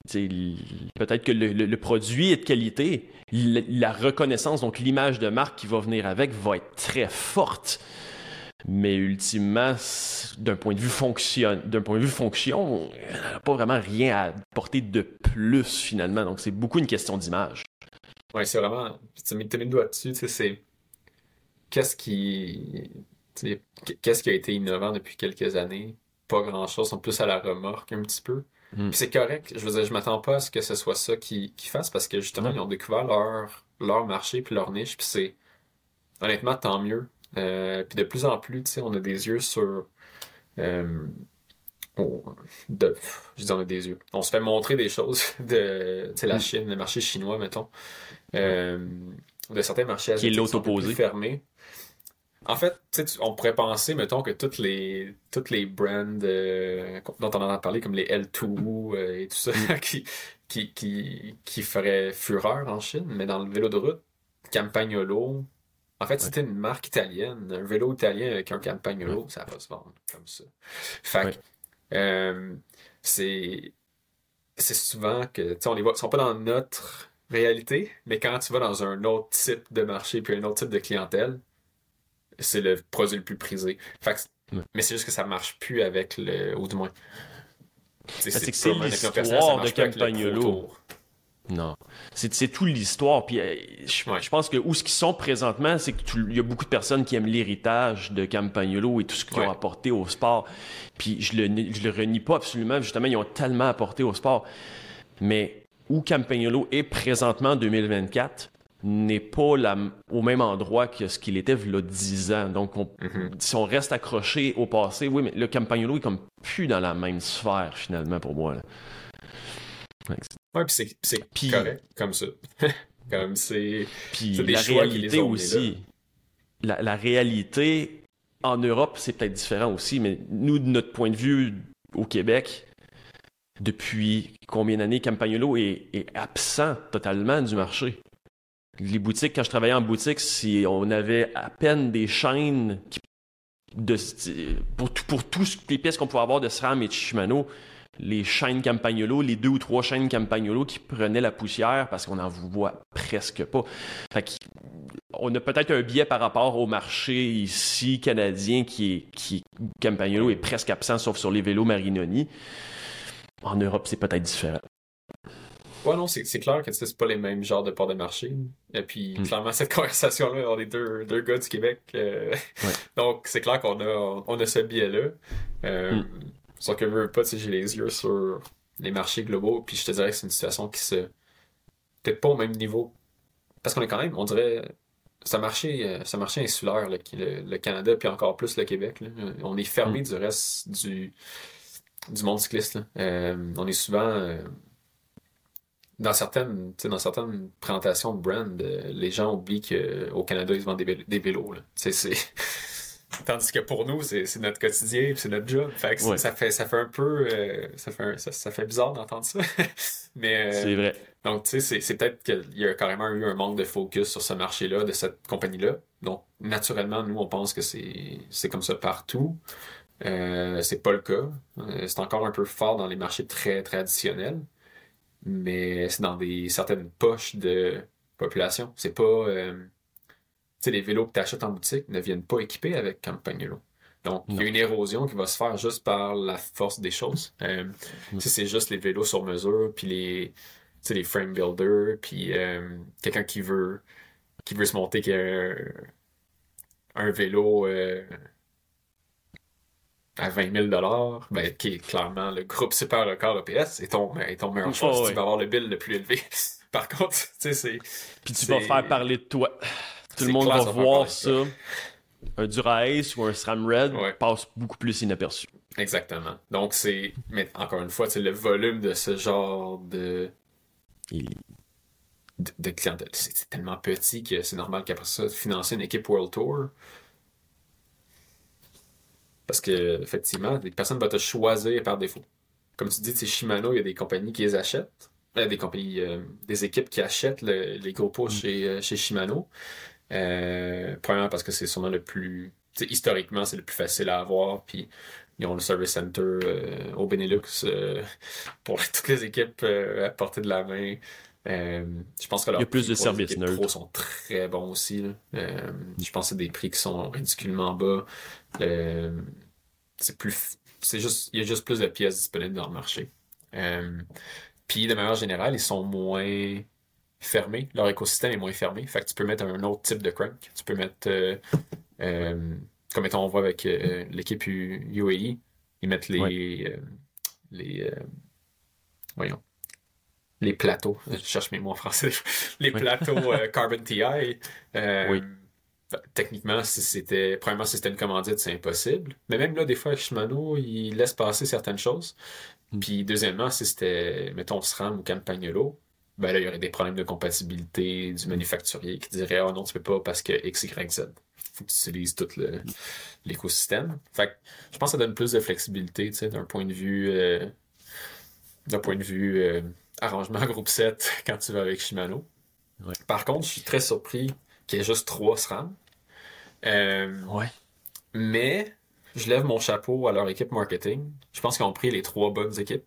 peut-être que le, le, le produit est de qualité, la, la reconnaissance, donc l'image de marque qui va venir avec, va être très forte. Mais ultimement, d'un point de vue fonction, d'un point de vue fonction, il n'y a pas vraiment rien à apporter de plus finalement. Donc c'est beaucoup une question d'image. Ouais, c'est vraiment. Tu m'as mis le doigt dessus, tu sais, c'est. Qu'est-ce qui. tu sais, Qu'est-ce qui a été innovant depuis quelques années? Pas grand-chose, ils sont plus à la remorque un petit peu. Mm. Puis c'est correct, je veux dire, je m'attends pas à ce que ce soit ça qu'ils qu'ils fassent parce que justement, Ouais. ils ont découvert leur, leur marché puis leur niche, puis c'est honnêtement tant mieux. Euh, puis de plus en plus, tu sais, on a des yeux sur. Euh, on, de, je dis on a des yeux. On se fait montrer des choses de tu sais, la Mm. Chine, le marché chinois, mettons. Euh, de certains marchés Qui est asiatiques qui l'autre sont un peu plus opposé. fermés. En fait, tu sais, tu- on pourrait penser, mettons, que toutes les, toutes les brands euh, dont on en a parlé, comme les L deux euh, et tout ça, Mm. qui, qui, qui, qui feraient fureur en Chine, mais dans le vélo de route, Campagnolo, en fait, Ouais. c'était une marque italienne. Un vélo italien avec un Campagnolo, Ouais. ça va se vendre comme ça. Fait Ouais. que, euh, c'est, c'est souvent que, tu sais, on les voit, ils sont pas dans notre réalité, mais quand tu vas dans un autre type de marché puis un autre type de clientèle, c'est le produit le plus prisé. Fait que, Ouais. mais c'est juste que ça marche plus avec le, ou du moins, tu sais, C'est que c'est purement une opinion personnelle, ça l'histoire de marche plus avec le Pro Campagnolo. Tour. Non. C'est, c'est tout l'histoire. Puis euh, je, Ouais. je pense que où ce qu'ils sont présentement, c'est qu'il y a beaucoup de personnes qui aiment l'héritage de Campagnolo et tout ce qu'ils Ouais. ont apporté au sport. Puis je le, je le renie pas absolument. Justement, ils ont tellement apporté au sport. Mais où Campagnolo est présentement en deux mille vingt-quatre n'est pas la, au même endroit que ce qu'il était il y a dix ans. Donc, on, Mhm. si on reste accroché au passé, oui, mais le Campagnolo est comme plus dans la même sphère, finalement, pour moi. Là. Ouais, puis c'est, c'est Puis- correct, comme ça. Comme c'est, Puis c'est des la choix qui les réalité ont mis aussi, la, la réalité en Europe, c'est peut-être différent aussi, mais nous, de notre point de vue au Québec, depuis combien d'années Campagnolo est, est absent totalement du marché. Les boutiques, quand je travaillais en boutique, si on avait à peine des chaînes qui, de, pour, tout- pour toutes les pièces qu'on pouvait avoir de SRAM et de Shimano, les chaînes Campagnolo, les deux ou trois chaînes Campagnolo qui prenaient la poussière parce qu'on n'en voit presque pas. Fait que, on a peut-être un biais par rapport au marché ici canadien qui est qui Campagnolo est presque absent sauf sur les vélos Marinoni. En Europe, c'est peut-être différent. Ouais, non, c'est, c'est clair que tu sais, c'est pas les mêmes genres de ports de marché. Et puis, Mm. clairement, cette conversation-là, on est deux, deux gars du Québec. euh, Ouais. Donc, c'est clair qu'on a, on a ce biais-là. Euh, Mm. Sauf que je veux pas, tu sais, j'ai les yeux sur les marchés globaux. Puis, je te dirais que c'est une situation qui se. Peut-être pas au même niveau. Parce qu'on est quand même, on dirait. C'est un marché, euh, c'est un marché insulaire, là, qui est le, le Canada, puis encore plus le Québec. Là. On est fermé Mm. du reste du, du monde cycliste. Là. Euh, on est souvent. euh, Dans certaines, tu sais, dans certaines présentations de brand, euh, les gens oublient qu'au Canada, ils se vendent des, vél- des vélos. Là. Tu sais, c'est... Tandis que pour nous, c'est, c'est notre quotidien, puis c'est notre job. Fait que Ouais. ça fait ça fait un peu euh, ça fait un- ça, ça fait bizarre d'entendre ça. Mais euh, C'est vrai. donc tu sais, c'est, c'est peut-être qu'il y a carrément eu un manque de focus sur ce marché-là, de cette compagnie-là. Donc naturellement, nous, on pense que c'est c'est comme ça partout. Euh, c'est pas le cas. Euh, c'est encore un peu fort dans les marchés très traditionnels. Mais c'est dans des certaines poches de population. C'est pas... euh, tu sais, les vélos que tu achètes en boutique ne viennent pas équipés avec Campagnolo. Donc, il y a Non. une érosion qui va se faire juste par la force des choses. Euh, Mm. tu sais, c'est juste les vélos sur mesure, puis les, tu sais, les frame builders, puis euh, quelqu'un qui veut qui veut se monter qui a un, un vélo euh, à vingt mille dollars, ben, qui est clairement le groupe Super Record E P S, est ton, est ton meilleur choix Oh, si ouais. tu vas avoir le bill le plus élevé. Par contre, tu sais, c'est... Puis tu c'est- vas faire parler de toi. Tout c'est le monde clair, va ça va faire voir parler de ça. Un Dura-Ace ou un SRAM Red Ouais. passe beaucoup plus inaperçu. Exactement. Donc, c'est... Mais encore une fois, c'est le volume de ce genre de, Il- de, de clientèle. C'est c'est tellement petit que c'est normal qu'après ça, financer une équipe World Tour, parce que, effectivement, les personnes vont te choisir par défaut. Comme tu dis, c'est Shimano, il y a des compagnies qui les achètent. Euh, des compagnies, euh, des équipes qui achètent le- les gros pots Mm. chez, euh, chez Shimano. Euh, premièrement parce que c'est sûrement le plus... tu sais, historiquement, c'est le plus facile à avoir. Puis ils ont le service center euh, au Benelux euh, pour toutes les équipes euh, à portée de la main. Euh, je pense que Il y a leurs plus prix de pour les services équipes pro neutres. sont très bons aussi, là. Euh, je pense que c'est des prix qui sont ridiculement bas. Euh, c'est plus... C'est juste... Il y a juste plus de pièces disponibles dans le marché. Euh, Puis de manière générale, ils sont moins fermés. Leur écosystème est moins fermé. Fait que tu peux mettre un autre type de crank. Tu peux mettre, euh, euh, comme mettons, on voit avec euh, l'équipe U- UAE, ils mettent Ouais. les, euh, les, euh, voyons, les plateaux. Je cherche mes mots en français. Les Ouais. plateaux euh, Carbon T I. Euh, Oui. fait, techniquement, si c'était, premièrement, si c'était une commandite, c'est impossible. Mais même là, des fois, avec Shimano, ils laissent passer certaines choses. Mm. Puis deuxièmement, si c'était, mettons, SRAM ou Campagnolo, ben là, il y aurait des problèmes de compatibilité du Mm. manufacturier qui dirait, oh non, tu peux pas parce que X, Y, Z. Faut que tu utilises tout le, l'écosystème. Fait que je pense que ça donne plus de flexibilité, tu sais, d'un point de vue, euh, d'un point de vue euh, arrangement groupe sept quand tu vas avec Shimano. Ouais. Par contre, je suis très surpris qu'il y ait juste trois SRAM. Euh, Ouais. mais je lève mon chapeau à leur équipe marketing. Je pense qu'ils ont pris les trois bonnes équipes.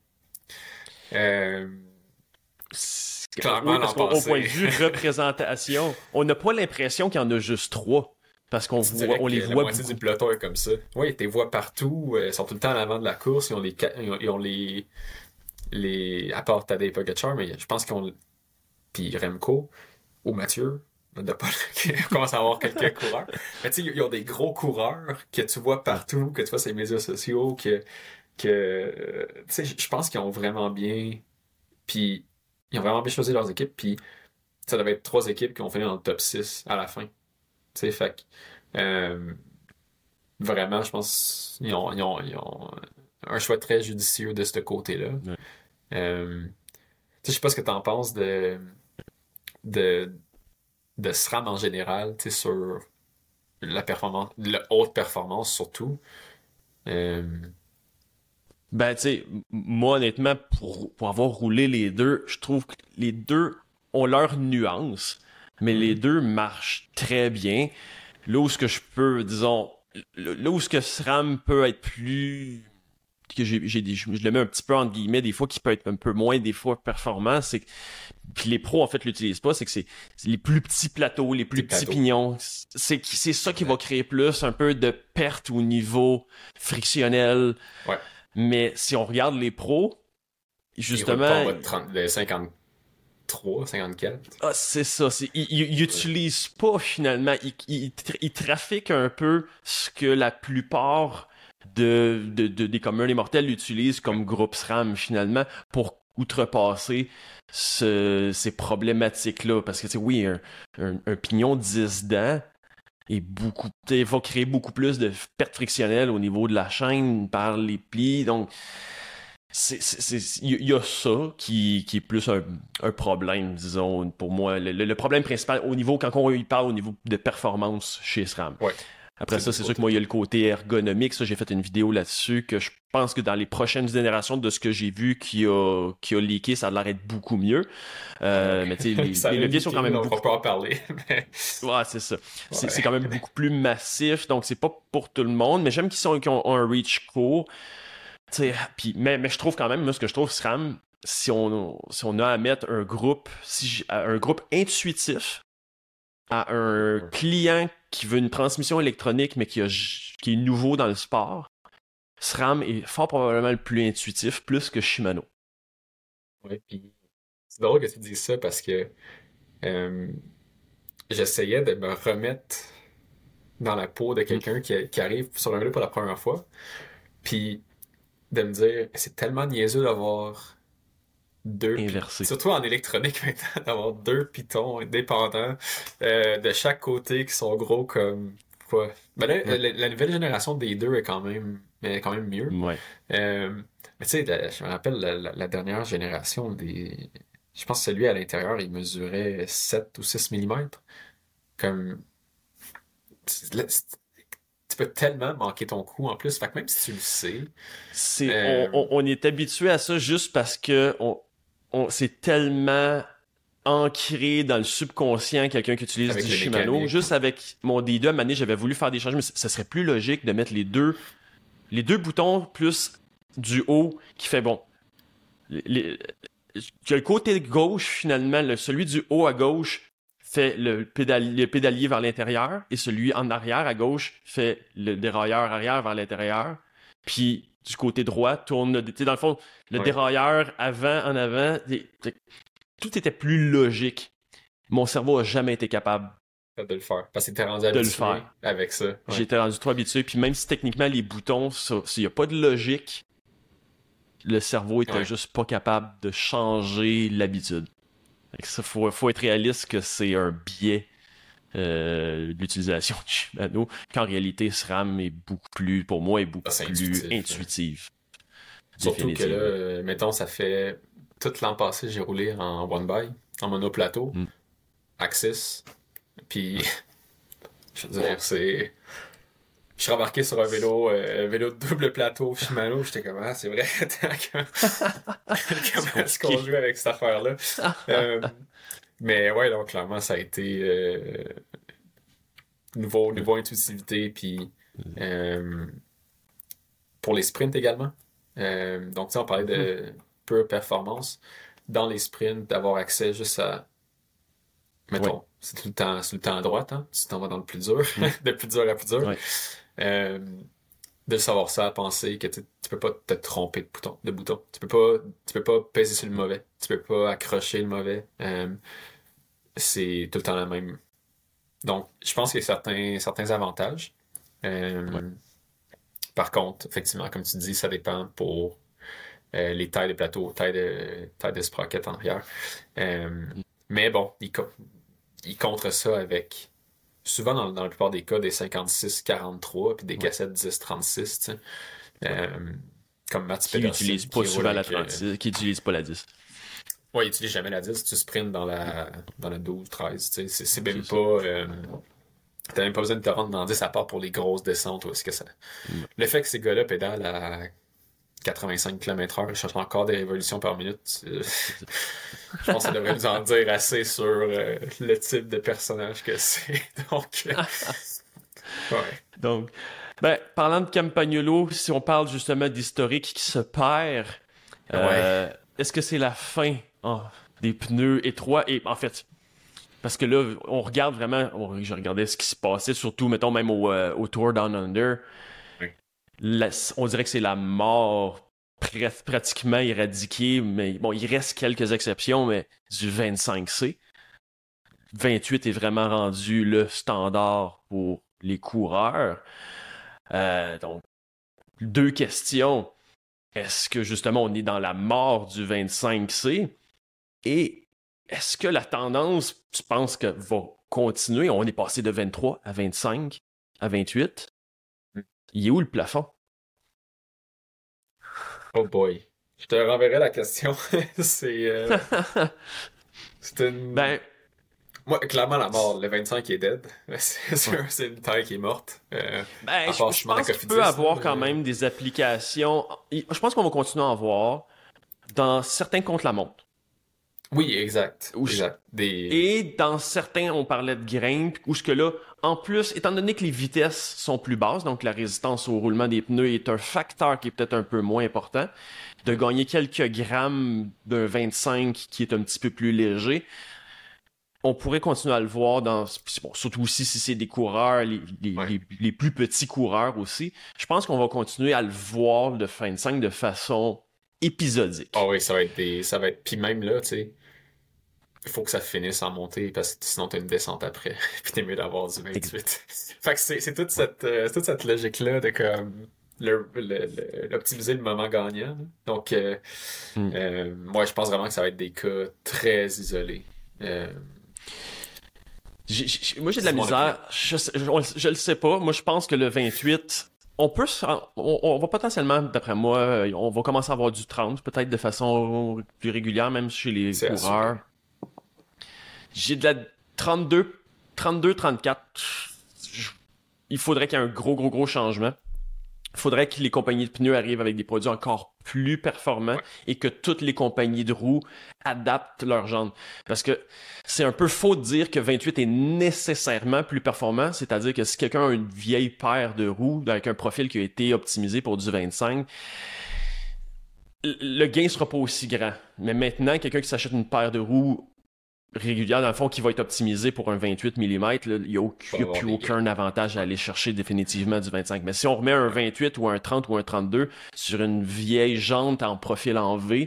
Euh, C'est- Clairement Oui, parce l'an qu'au au point de passé. vue représentation, on n'a pas l'impression qu'il y en a juste trois. Parce qu'on Tu voit, dirais on que les la voit moitié du beaucoup. peloton est comme ça. Oui, tu les vois partout. euh, Ils sont tout le temps en avant de la course. Ils ont les, ca- ils ont, ils ont les, les, à part Tadej Pogacar, mais je pense qu'ils ont, puis Remco ou Mathieu, on n'a pas, qui commence à avoir quelques coureurs. Mais tu sais, ils ont des gros coureurs que tu vois Ouais. partout, que tu vois sur les médias sociaux, que, que, euh, tu sais, je pense qu'ils ont vraiment bien, puis ils ont vraiment bien choisi leurs équipes, puis ça devait être trois équipes qui ont fini dans le top six à la fin. Tu sais, fait que, euh, vraiment, je pense qu'ils ont, ils ont, ils ont un choix très judicieux de ce côté-là. Ouais. Euh, tu sais, je sais pas ce que t'en penses de, de, de SRAM en général, tu sais, sur la performance, la haute performance surtout. Euh, Ben, tu sais, m- moi, honnêtement, pour, pour avoir roulé les deux, je trouve que les deux ont leurs nuances, mais les mhm. deux marchent très bien. Là où ce que je peux, disons, là où ce que SRAM peut être plus que j'ai, j'ai des, je le mets un petit peu entre guillemets, des fois qui peut être un peu moins, des fois performant, c'est que, puis les pros en fait l'utilisent pas, c'est que c'est, c'est les plus petits plateaux, les Des plus petits plateaux. pignons, c'est, c'est ça qui va Exact. créer plus un peu de perte au niveau frictionnel. Ouais. Mais si on regarde les pros, Ils roulent pas en justement, bas de trente, de cinquante-trois, cinquante-quatre. ah, c'est ça, c'est, ils, ils, ils Ouais. utilisent pas finalement, ils, ils, ils trafiquent un peu ce que la plupart de, de, de- des communs des mortels utilisent Ouais. comme groupe SRAM finalement pour outrepasser ce- ces problématiques-là. Parce que, tu sais, oui, un, un, un pignon dix dents est beaucoup, tu sais, va créer beaucoup plus de pertes frictionnelles au niveau de la chaîne par les plis. Donc, c'est, c'est, c'est- il y a ça qui, qui est plus un, un problème, disons, pour moi. Le, le- le problème principal au niveau, quand on y parle au niveau de performance chez SRAM. Ouais. Après C'est de ça, ce c'est sûr que moi, il côté-là. y a le côté ergonomique. Ça, j'ai fait une vidéo là-dessus que je pense que dans les prochaines générations de ce que j'ai vu qui a, qui a leaké, ça a l'air d'être beaucoup mieux. Euh, mais tu sais, Ouais. les, Ça a les leviers sont quand leaké, même donc on beaucoup... peut en parler. Mais... Ouais, c'est ça. C'est, c'est quand même Ouais. beaucoup plus massif, donc c'est pas pour tout le monde. Mais j'aime qu'ils sont, qu'ils ont un reach court. Tu sais, puis, mais, mais je trouve quand même, moi, ce que je trouve, SRAM, si on, si on a à mettre un groupe, si j- un groupe intuitif à un Ouais. client qui veut une transmission électronique, mais qui, a, j- qui est nouveau dans le sport, SRAM est fort probablement le plus intuitif, plus que Shimano. Ouais, puis c'est drôle que tu dises ça parce que euh, j'essayais de me remettre dans la peau de Mm. quelqu'un qui, qui arrive sur un vélo pour la première fois, puis de me dire, c'est tellement niaiseux d'avoir deux pi- Inversé. surtout en électronique maintenant, d'avoir deux pitons indépendants euh, de chaque côté qui sont gros comme quoi. Ben là, Ouais. la, la nouvelle génération des deux est quand même mais quand même mieux. Ouais. Euh, mais tu sais, la- je me rappelle la, la- la dernière génération des. Je pense que celui à l'intérieur, il mesurait sept ou six millimètres. Comme. c'est- là, c'est- Tu peux tellement manquer ton coup en plus. Fait que même si tu le sais. C'est, on, euh, on, on est habitué à ça juste parce que on, on, c'est tellement ancré dans le subconscient quelqu'un qui utilise Avec du les Shimano. mécaniques. Juste avec mon D deux, à un moment donné, j'avais voulu faire des changements, mais ce serait plus logique de mettre les deux, les deux boutons plus du haut qui fait bon. Les, les- que le côté gauche, finalement, le- celui du haut à gauche fait le, pédal, le pédalier vers l'intérieur et celui en arrière à gauche fait le dérailleur arrière vers l'intérieur. Puis du côté droit tourne, tu sais, dans le fond, le Ouais. dérailleur avant, en avant, t'sais, t'sais, tout était plus logique. Mon cerveau a jamais été capable De le faire. Parce que t'es rendu de le habitué faire. avec ça. Ouais. J'étais rendu trop habitué. Puis même si techniquement les boutons, ça- s'il n'y a pas de logique, le cerveau était Ouais. juste pas capable de changer l'habitude. Fait que ça, faut, faut être réaliste que c'est un biais euh, de l'utilisation du Shimano, qu'en réalité, SRAM est beaucoup plus, pour moi, est beaucoup Ah, c'est plus intuitif, ouais. intuitive. Surtout que là, Définitivement. euh, mettons, ça fait. Tout l'an passé, j'ai roulé en one by, en monoplateau, Mm. Axis. Puis, je veux dire, c'est. Je suis rembarqué sur un vélo, euh, vélo de double plateau Shimano. J'étais comme, ah, c'est vrai, attends, comment, comment est-ce qu'on joue avec cette affaire-là? Euh, mais ouais, donc clairement, ça a été euh, nouveau, niveau intuitivité, puis euh, pour les sprints également. Euh, donc, tu sais, on parlait de pure performance. Dans les sprints, d'avoir accès juste à, mettons, Ouais. c'est tout le temps, c'est tout le temps à droite, hein? Tu t'en vas dans le plus dur, de plus dur à plus dur. Ouais. Euh, de savoir ça, à penser que tu, tu peux pas te tromper de bouton, de bouton. Tu peux pas, tu peux pas peser sur le mauvais. Tu peux pas accrocher le mauvais. Euh, c'est tout le temps la même. Donc, je pense qu'il y a certains, certains avantages. Euh, Ouais. Par contre, effectivement, comme tu dis, ça dépend pour euh, les tailles de plateau, taille de, taille de sprocket en arrière. Euh, mais bon, ils, co- ils contre ça avec souvent dans, dans la plupart des cas des cinquante-six quarante-trois puis des Ouais. cassettes dix trente-six, tu sais. Euh, comme Mats Qui Pedersen n'utilise pas qui roule souvent la avec, euh, trente-six, qui n'utilise pas la dix. Ouais, il utilise jamais la dix, tu sprints dans la, dans la douze treize, tu sais. C'est, c'est même C'est pas. Euh, t'as même pas besoin de te rendre dans dix à part pour les grosses descentes. Où est-ce que ça... Mm. Le fait que ces gars-là pédalent à quatre-vingt-cinq kilomètres heure, ils cherchent encore des révolutions par minute. euh, Je pense que ça devrait nous en dire assez sur euh, le type de personnage que c'est. Donc, euh, ouais. Donc, ben, parlant de Campagnolo, si on parle justement d'historique qui se perd, euh, est-ce que c'est la fin oh, des pneus étroits? Et en fait, parce que là, on regarde vraiment, on- je regardais ce qui se passait, surtout, mettons, même au, euh, au Tour Down Under. Oui. La- on dirait que c'est la mort pr- pratiquement éradiquée, mais bon, il reste quelques exceptions, mais du vingt-cinq C. vingt-huit est vraiment rendu le standard pour les coureurs. Euh, donc, deux questions. Est-ce que justement on est dans la mort du vingt-cinq C? Et est-ce que la tendance, tu penses que va continuer? On est passé de vingt-trois à vingt-cinq à vingt-huit. Il est où le plafond? Oh boy. Je te renverrai la question. c'est. Euh, c'est une. Ben, Moi, clairement, la mort. Le vingt-cinq est dead. C'est sûr, Ouais. c'est une taille qui est morte. Euh, ben à je, part je Simon pense qu'il Cofidis, peut avoir là, quand mais- même des applications. Je pense qu'on va continuer à en voir dans certains contre-la-montre. Oui, exact. Ou je- exact. Des... Et dans certains, on parlait de grimpe, où ce que là, en plus, étant donné que les vitesses sont plus basses, donc la résistance au roulement des pneus est un facteur qui est peut-être un peu moins important, de gagner quelques grammes d'un vingt-cinq qui est un petit peu plus léger, on pourrait continuer à le voir dans, bon, surtout aussi si c'est des coureurs, les, les, Ouais. les, les plus petits coureurs aussi. Je pense qu'on va continuer à le voir le vingt-cinq de façon épisodique. Ah oui, ça va être des. Ça va être. Puis même là, tu sais. Il faut que ça finisse en montée parce que sinon t'as une descente après. Puis t'es mieux d'avoir du vingt-huit. Fait que c'est, c'est toute cette, euh, toute cette logique-là de comme le, le, le- l'optimiser le moment gagnant. Là. Donc, euh, Mm. euh, moi, je pense vraiment que ça va être des cas très isolés. Euh, J'ai- j'ai- moi, j'ai de la C'est mon misère. Je, je, je le sais pas. Moi, je pense que le vingt-huit, on peut se- on, on va potentiellement, d'après moi, on va commencer à avoir du trente, peut-être de façon plus régulière, même chez les C'est coureurs. assuré. J'ai de la trente-deux, trente-deux, trente-quatre. Je- Il faudrait qu'il y ait un gros, gros, gros changement. Il faudrait que les compagnies de pneus arrivent avec des produits encore plus performants Ouais. et que toutes les compagnies de roues adaptent leurs jantes. Parce que c'est un peu faux de dire que vingt-huit est nécessairement plus performant, c'est-à-dire que si quelqu'un a une vieille paire de roues avec un profil qui a été optimisé pour du vingt-cinq, le gain sera pas aussi grand. Mais maintenant, quelqu'un qui s'achète une paire de roues régulière, dans le fond, qui va être optimisé pour un vingt-huit millimètres, là, il n'y a, aucun, y a plus aucun avantage à aller chercher définitivement du vingt-cinq. Mais si on remet un vingt-huit ou un trente ou un trente-deux sur une vieille jante en profil en V,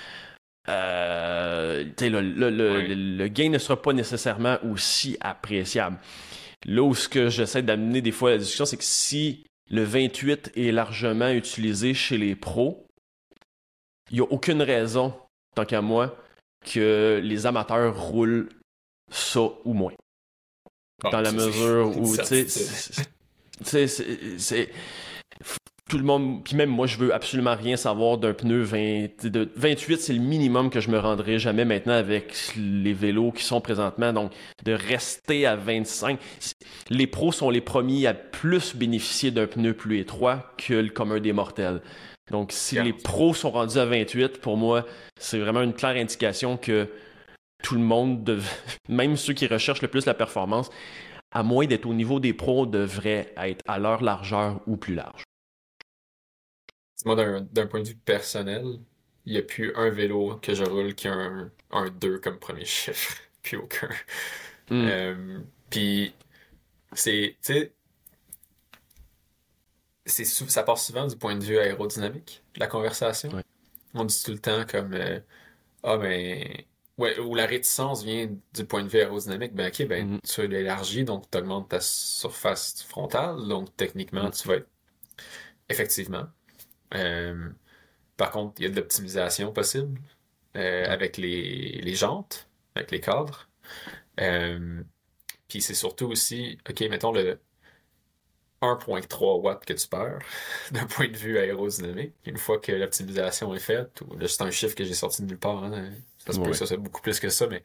euh, le, le, le, Ouais. le, le gain ne sera pas nécessairement aussi appréciable. Là où ce que j'essaie d'amener des fois à la discussion, c'est que si le vingt-huit est largement utilisé chez les pros, il n'y a aucune raison, tant qu'à moi, que les amateurs roulent ça ou moins. Bon, Dans la ça, mesure c'est- où, c'est tu sais, certitude. c'est- c'est- c'est- tout le monde, puis même moi, je veux absolument rien savoir d'un pneu vingt, de vingt-huit, c'est le minimum que je me rendrai jamais maintenant avec les vélos qui sont présentement. Donc, de rester à vingt-cinq, les pros sont les premiers à plus bénéficier d'un pneu plus étroit que le commun des mortels. Donc, si Yeah. les pros sont rendus à vingt-huit, pour moi, c'est vraiment une claire indication que tout le monde, dev... même ceux qui recherchent le plus la performance, à moins d'être au niveau des pros, devraient être à leur largeur ou plus large. Moi, d'un d'un point de vue personnel, il n'y a plus un vélo que je roule qui a un, un deux comme premier chiffre. Plus aucun. Mm. Euh, Puis, c'est, tu sais, c'est sou- ça part souvent du point de vue aérodynamique, la conversation. Ouais. On dit tout le temps comme, euh, ah, ben, ouais, ou la réticence vient du point de vue aérodynamique. Ben, ok, ben, Mhm. tu l'élargis, donc tu augmentes ta surface frontale, donc techniquement, Mhm. tu vas être, effectivement. Euh, Par contre, il y a de l'optimisation possible euh, Ouais. avec les, les jantes, avec les cadres. Euh, Puis c'est surtout aussi, OK, mettons le un virgule trois watts que tu perds d'un point de vue aérodynamique. Une fois que l'optimisation est faite, ou là, c'est un chiffre que j'ai sorti de nulle part, hein, ça se peut Ouais. que ça soit beaucoup plus que ça, mais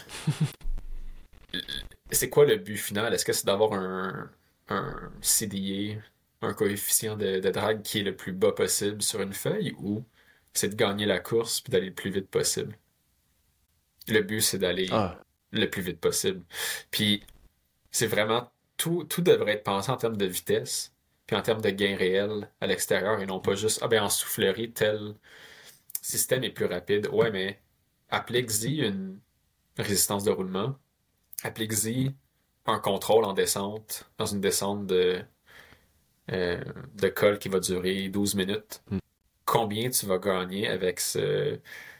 c'est quoi le but final? Est-ce que c'est d'avoir un, un C D A, un coefficient de, de drag qui est le plus bas possible sur une feuille, ou c'est de gagner la course puis d'aller le plus vite possible? Le but, c'est d'aller Ah, le plus vite possible. Puis, c'est vraiment, tout, tout devrait être pensé en termes de vitesse, puis en termes de gain réel à l'extérieur, et non pas juste, ah ben en soufflerie, tel système est plus rapide. Ouais, mais applique-y une résistance de roulement, applique-y un contrôle en descente, dans une descente de, euh, de col qui va durer douze minutes. mm. Combien tu vas gagner avec ce,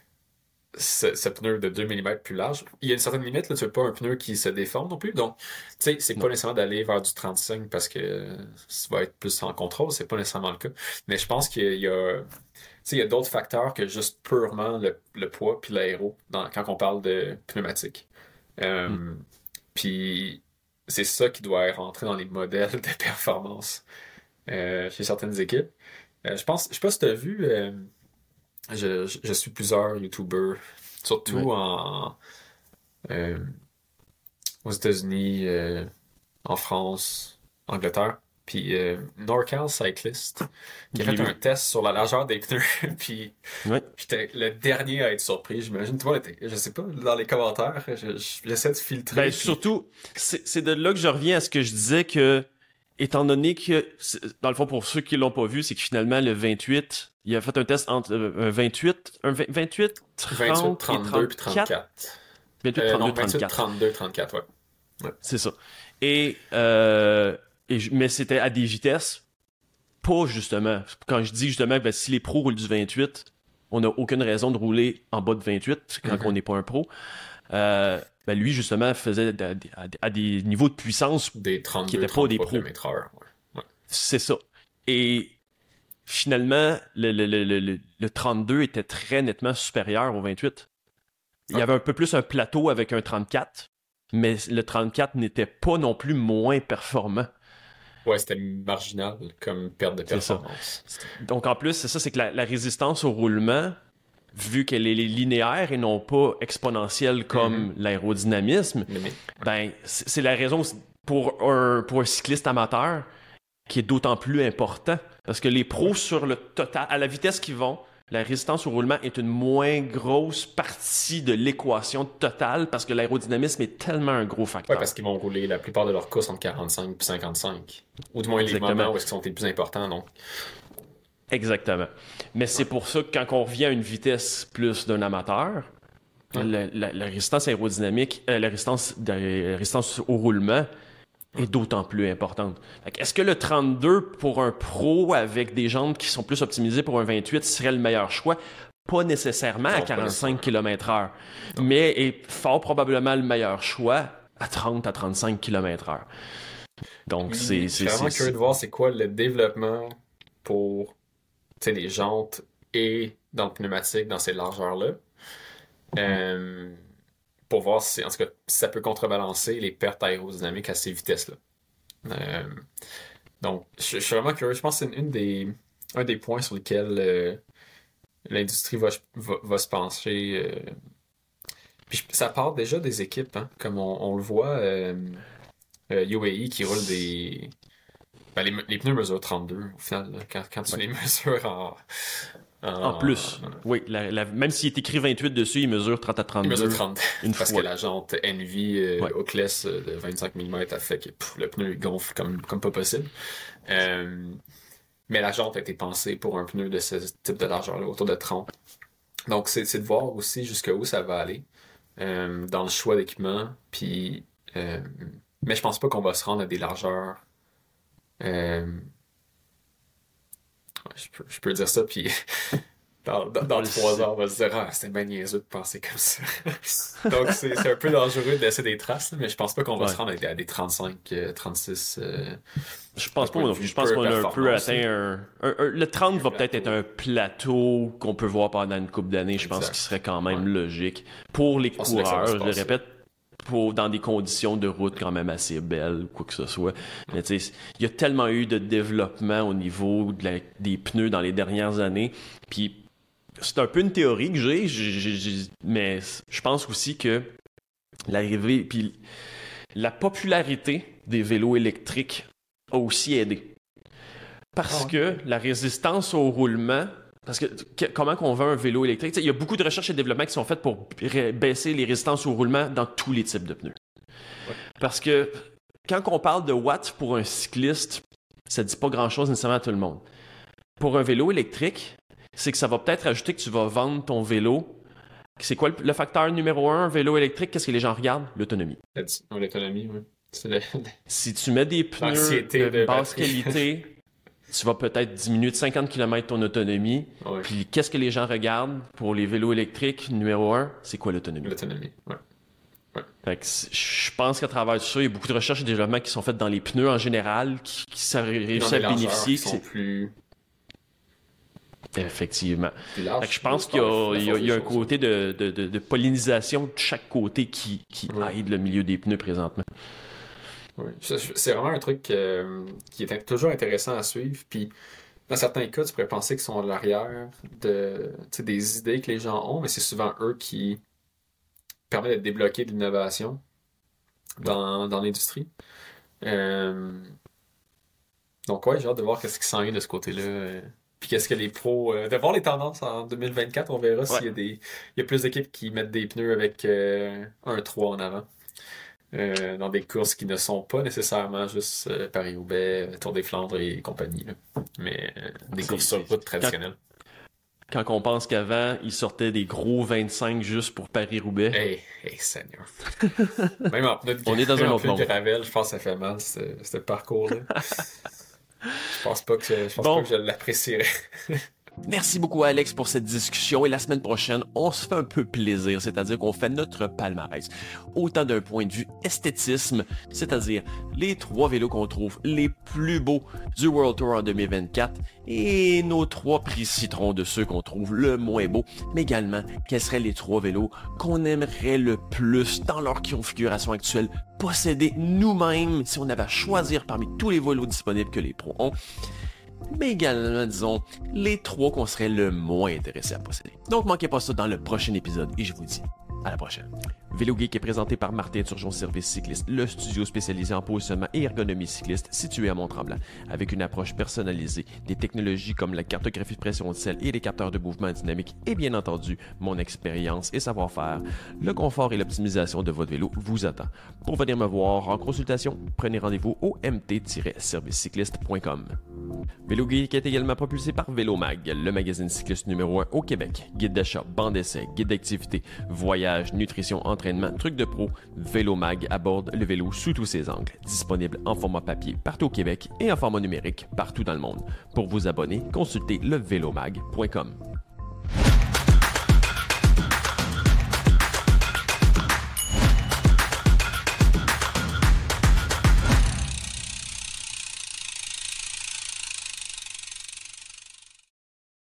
ce, ce pneu de deux millimètres plus large? Il y a une certaine limite, là, tu veux pas un pneu qui se déforme non plus. Donc, tu sais, c'est Non. pas nécessairement d'aller vers du trente-cinq parce que ça va être plus en contrôle, c'est pas nécessairement le cas. Mais je pense qu'il y a, tu sais, il y a d'autres facteurs que juste purement le, le poids puis l'aéro dans- quand on parle de pneumatique. Euh, Mm. Puis c'est ça qui doit rentrer dans les modèles de performance euh, chez certaines équipes. Euh, je pense, je sais pas si tu as vu, euh, je, je, je suis plusieurs YouTubers, surtout Ouais. en, euh, aux États-Unis, euh, en France, Angleterre. Puis euh, NorCal Cyclist, qui a Je l'ai fait un vu. test sur la largeur des pneus. Puis Ouais. j'étais le dernier à être surpris. J'imagine, toi, t'es- je sais pas, dans les commentaires, je- je- j'essaie de filtrer. Ben, puis- surtout, c'est c'est de là que je reviens à ce que je disais que, étant donné que, c'est- dans le fond, pour ceux qui l'ont pas vu, c'est que finalement, le vingt-huit, il a fait un test entre euh, un vingt-huit, un vingt- vingt-huit, vingt-huit, trente et trente-deux puis trente-quatre. trente-quatre. vingt-huit, Euh, non, trente-deux, vingt-huit, trente-quatre. trente-deux, trente-quatre, ouais. Ouais. C'est ça. Et, euh, et je- mais c'était à des vitesses, pas justement. Quand je dis justement que ben, si les pros roulent du vingt-huit, on n'a aucune raison de rouler en bas de vingt-huit quand Mhm. on n'est pas un pro. Euh, ben lui, justement, faisait à, à- à des niveaux de puissance, Des Qui trente-deux, étaient pas des trente-trois pros. kilomètres heure. Ouais. Ouais. c'est ça. Et finalement, le, le, le, le, le trente-deux était très nettement supérieur au vingt-huit. Il y Ah. avait un peu plus un plateau avec un trente-quatre, mais le trente-quatre n'était pas non plus moins performant. Ouais, c'était marginal comme perte de C'est ça. performance. Donc en plus, c'est ça, c'est que la, la résistance au roulement, vu qu'elle est linéaire et non pas exponentielle comme Mm-hmm. l'aérodynamisme, Mais, ben c'est c'est la raison pour un, pour un cycliste amateur qui est d'autant plus important. Parce que les pros sur le total, à la vitesse qu'ils vont, la résistance au roulement est une moins grosse partie de l'équation totale parce que l'aérodynamisme est tellement un gros ouais, facteur. parce qu'ils vont rouler la plupart de leurs courses entre quarante-cinq et cinquante-cinq. Ou du moins les Exactement. moments où est-ce qu'ils sont les plus importants. Donc. Exactement. Mais c'est pour ça que quand on revient à une vitesse plus d'un amateur, Ouais. la, la- la résistance aérodynamique, euh, la résistance, de- la résistance au roulement est d'autant plus importante. Fait que est-ce que le trente-deux pour un pro avec des jantes qui sont plus optimisées pour un vingt-huit serait le meilleur choix? Pas nécessairement Non, à pas quarante-cinq kilomètres heure, mais est fort probablement le meilleur choix à trente à trente-cinq kilomètres heure. Donc, Puis, c'est... je c'est- suis vraiment c'est- curieux de voir c'est quoi le développement pour tu sais, les jantes et dans le pneumatique, dans ces largeurs-là. Euh, pour voir si, en tout cas, si ça peut contrebalancer les pertes aérodynamiques à ces vitesses-là. Euh, donc, je, je suis vraiment curieux. Je pense que c'est une des, un des points sur lesquels euh, l'industrie va, va, va se pencher. Euh. Puis je- ça part déjà des équipes, hein, comme on, on le voit, euh, euh, U A E qui roule des... Ben, les, les pneus mesurent trente-deux au final, là, quand, quand tu Ouais. les mesures en... En plus, oui, la- la- même s'il est écrit vingt-huit dessus, il mesure trente à Il trente-deux. mesure trente. Une Parce fois. que la jante Envy euh, Ouais. Oakless euh, de vingt-cinq millimètres a fait que pff, le pneu il gonfle comme, comme pas possible. Euh, mais la jante a été pensée pour un pneu de ce type de largeur-là, autour de trente. Donc c'est c'est de voir aussi jusqu'où ça va aller euh, dans le choix d'équipement. Puis, euh, mais je pense pas qu'on va se rendre à des largeurs. euh, ouais, je, peux, je peux dire ça, puis dans, dans, dans On le trois sait. ans, on va se dire ah, c'était bien niaiseux de penser comme ça. Donc c'est c'est un peu dangereux de laisser des traces, là, mais je pense pas qu'on va Ouais. se rendre à des, à des trente-cinq, euh, trente-six. euh, Je pense d'un pas, point de moi, vue je pense pure qu'on a un peu performance, atteint un, un- un- Le trente va Un peut-être être un plateau qu'on peut voir pendant une couple d'années, je pense Exact. qu'il serait quand même Ouais. logique. Pour les pense que ça va se coureurs, je le passer. répète, pour, dans des conditions de route quand même assez belles, quoi que ce soit. Mais tu sais, il y a tellement eu de développement au niveau de la- des pneus dans les dernières années, puis c'est un peu une théorie que j'ai, j'ai- j'ai- j'ai- mais je pense aussi que l'arrivée, puis la popularité des vélos électriques a aussi aidé. Parce Ah ouais. que la résistance au roulement, parce que, que- comment qu'on vend un vélo électrique, il y a beaucoup de recherches et de développement qui sont faites pour ré- baisser les résistances au roulement dans tous les types de pneus. Ouais. Parce que quand on parle de watts pour un cycliste, ça dit pas grand-chose nécessairement à tout le monde. Pour un vélo électrique, c'est que ça va peut-être ajouter que tu vas vendre ton vélo. C'est quoi le, le facteur numéro un, un vélo électrique? Qu'est-ce que les gens regardent? L'autonomie. L'autonomie, oui. C'est le- Si tu mets des pneus L'anxiété de, de basse batterie. qualité, tu vas peut-être diminuer de cinquante kilomètres ton autonomie. Ouais. Puis qu'est-ce que les gens regardent pour les vélos électriques? Numéro un, c'est quoi l'autonomie? L'autonomie, ouais. Fait que c- je pense qu'à travers tout ça, il y a beaucoup de recherches et développements qui sont faites dans les pneus en général, qui, qui ça Dans réussit des à largeurs bénéficier. qui sont c'est- plus, Effectivement. plus larges. Fait que je pense qu'il y a, il y a- il y a un côté de, de, de, de pollinisation de chaque côté qui, qui Ouais. aide le milieu des pneus présentement. Oui. Ça, je- C'est vraiment un truc euh, qui est toujours intéressant à suivre. Puis, dans certains cas, tu pourrais penser qu'ils sont à l'arrière de, tu sais, des idées que les gens ont, mais c'est souvent eux qui permettent de débloquer de l'innovation dans, dans l'industrie. Euh, Donc, ouais, j'ai hâte de voir qu'est-ce qui s'en vient de ce côté-là. euh, Puis qu'est-ce que les pros... euh, de voir les tendances en deux mille vingt-quatre, on verra s'il y a des... Il y a plus d'équipes qui mettent des pneus avec euh, un trois en avant. Euh, dans des courses qui ne sont pas nécessairement juste euh, Paris-Roubaix, euh, Tour des Flandres et compagnie. Là. Mais euh, des C'est- courses sur c'est- route traditionnelles. Quand on pense qu'avant, ils sortaient des gros vingt-cinq juste pour Paris-Roubaix. Hey, hey, Seigneur. Même en pneu de, On est dans même un en autre pneu de monde. gravel, je pense que ça fait mal, ce, ce parcours-là. Je pense pas que je, je pense Bon. pas que je l'apprécierais. Merci beaucoup Alex pour cette discussion et la semaine prochaine, on se fait un peu plaisir, c'est-à-dire qu'on fait notre palmarès. Autant d'un point de vue esthétisme, c'est-à-dire les trois vélos qu'on trouve les plus beaux du World Tour en deux mille vingt-quatre et nos trois prix citrons de ceux qu'on trouve le moins beaux, mais également quels seraient les trois vélos qu'on aimerait le plus dans leur configuration actuelle posséder nous-mêmes si on avait à choisir parmi tous les vélos disponibles que les pros ont. Mais également, disons, les trois qu'on serait le moins intéressé à posséder. Donc, manquez pas ça dans le prochain épisode et je vous dis à la prochaine. Vélo Geek est présenté par Martin Turgeon Service Cycliste, le studio spécialisé en positionnement et ergonomie cycliste situé à Mont-Tremblant, avec une approche personnalisée, des technologies comme la cartographie de pression de selle et les capteurs de mouvement dynamique et bien entendu, mon expérience et savoir-faire. Le confort et l'optimisation de votre vélo vous attend. Pour venir me voir en consultation, prenez rendez-vous au m t tiret service cycliste point com. Vélo Geek est également propulsé par Vélo Mag, le magazine cycliste numéro un au Québec. Guide d'achat, banc d'essai, guide d'activité, voyage, nutrition, entraînement, trucs de pro, Vélo Mag aborde le vélo sous tous ses angles. Disponible en format papier partout au Québec et en format numérique partout dans le monde. Pour vous abonner, consultez le vélomag point com.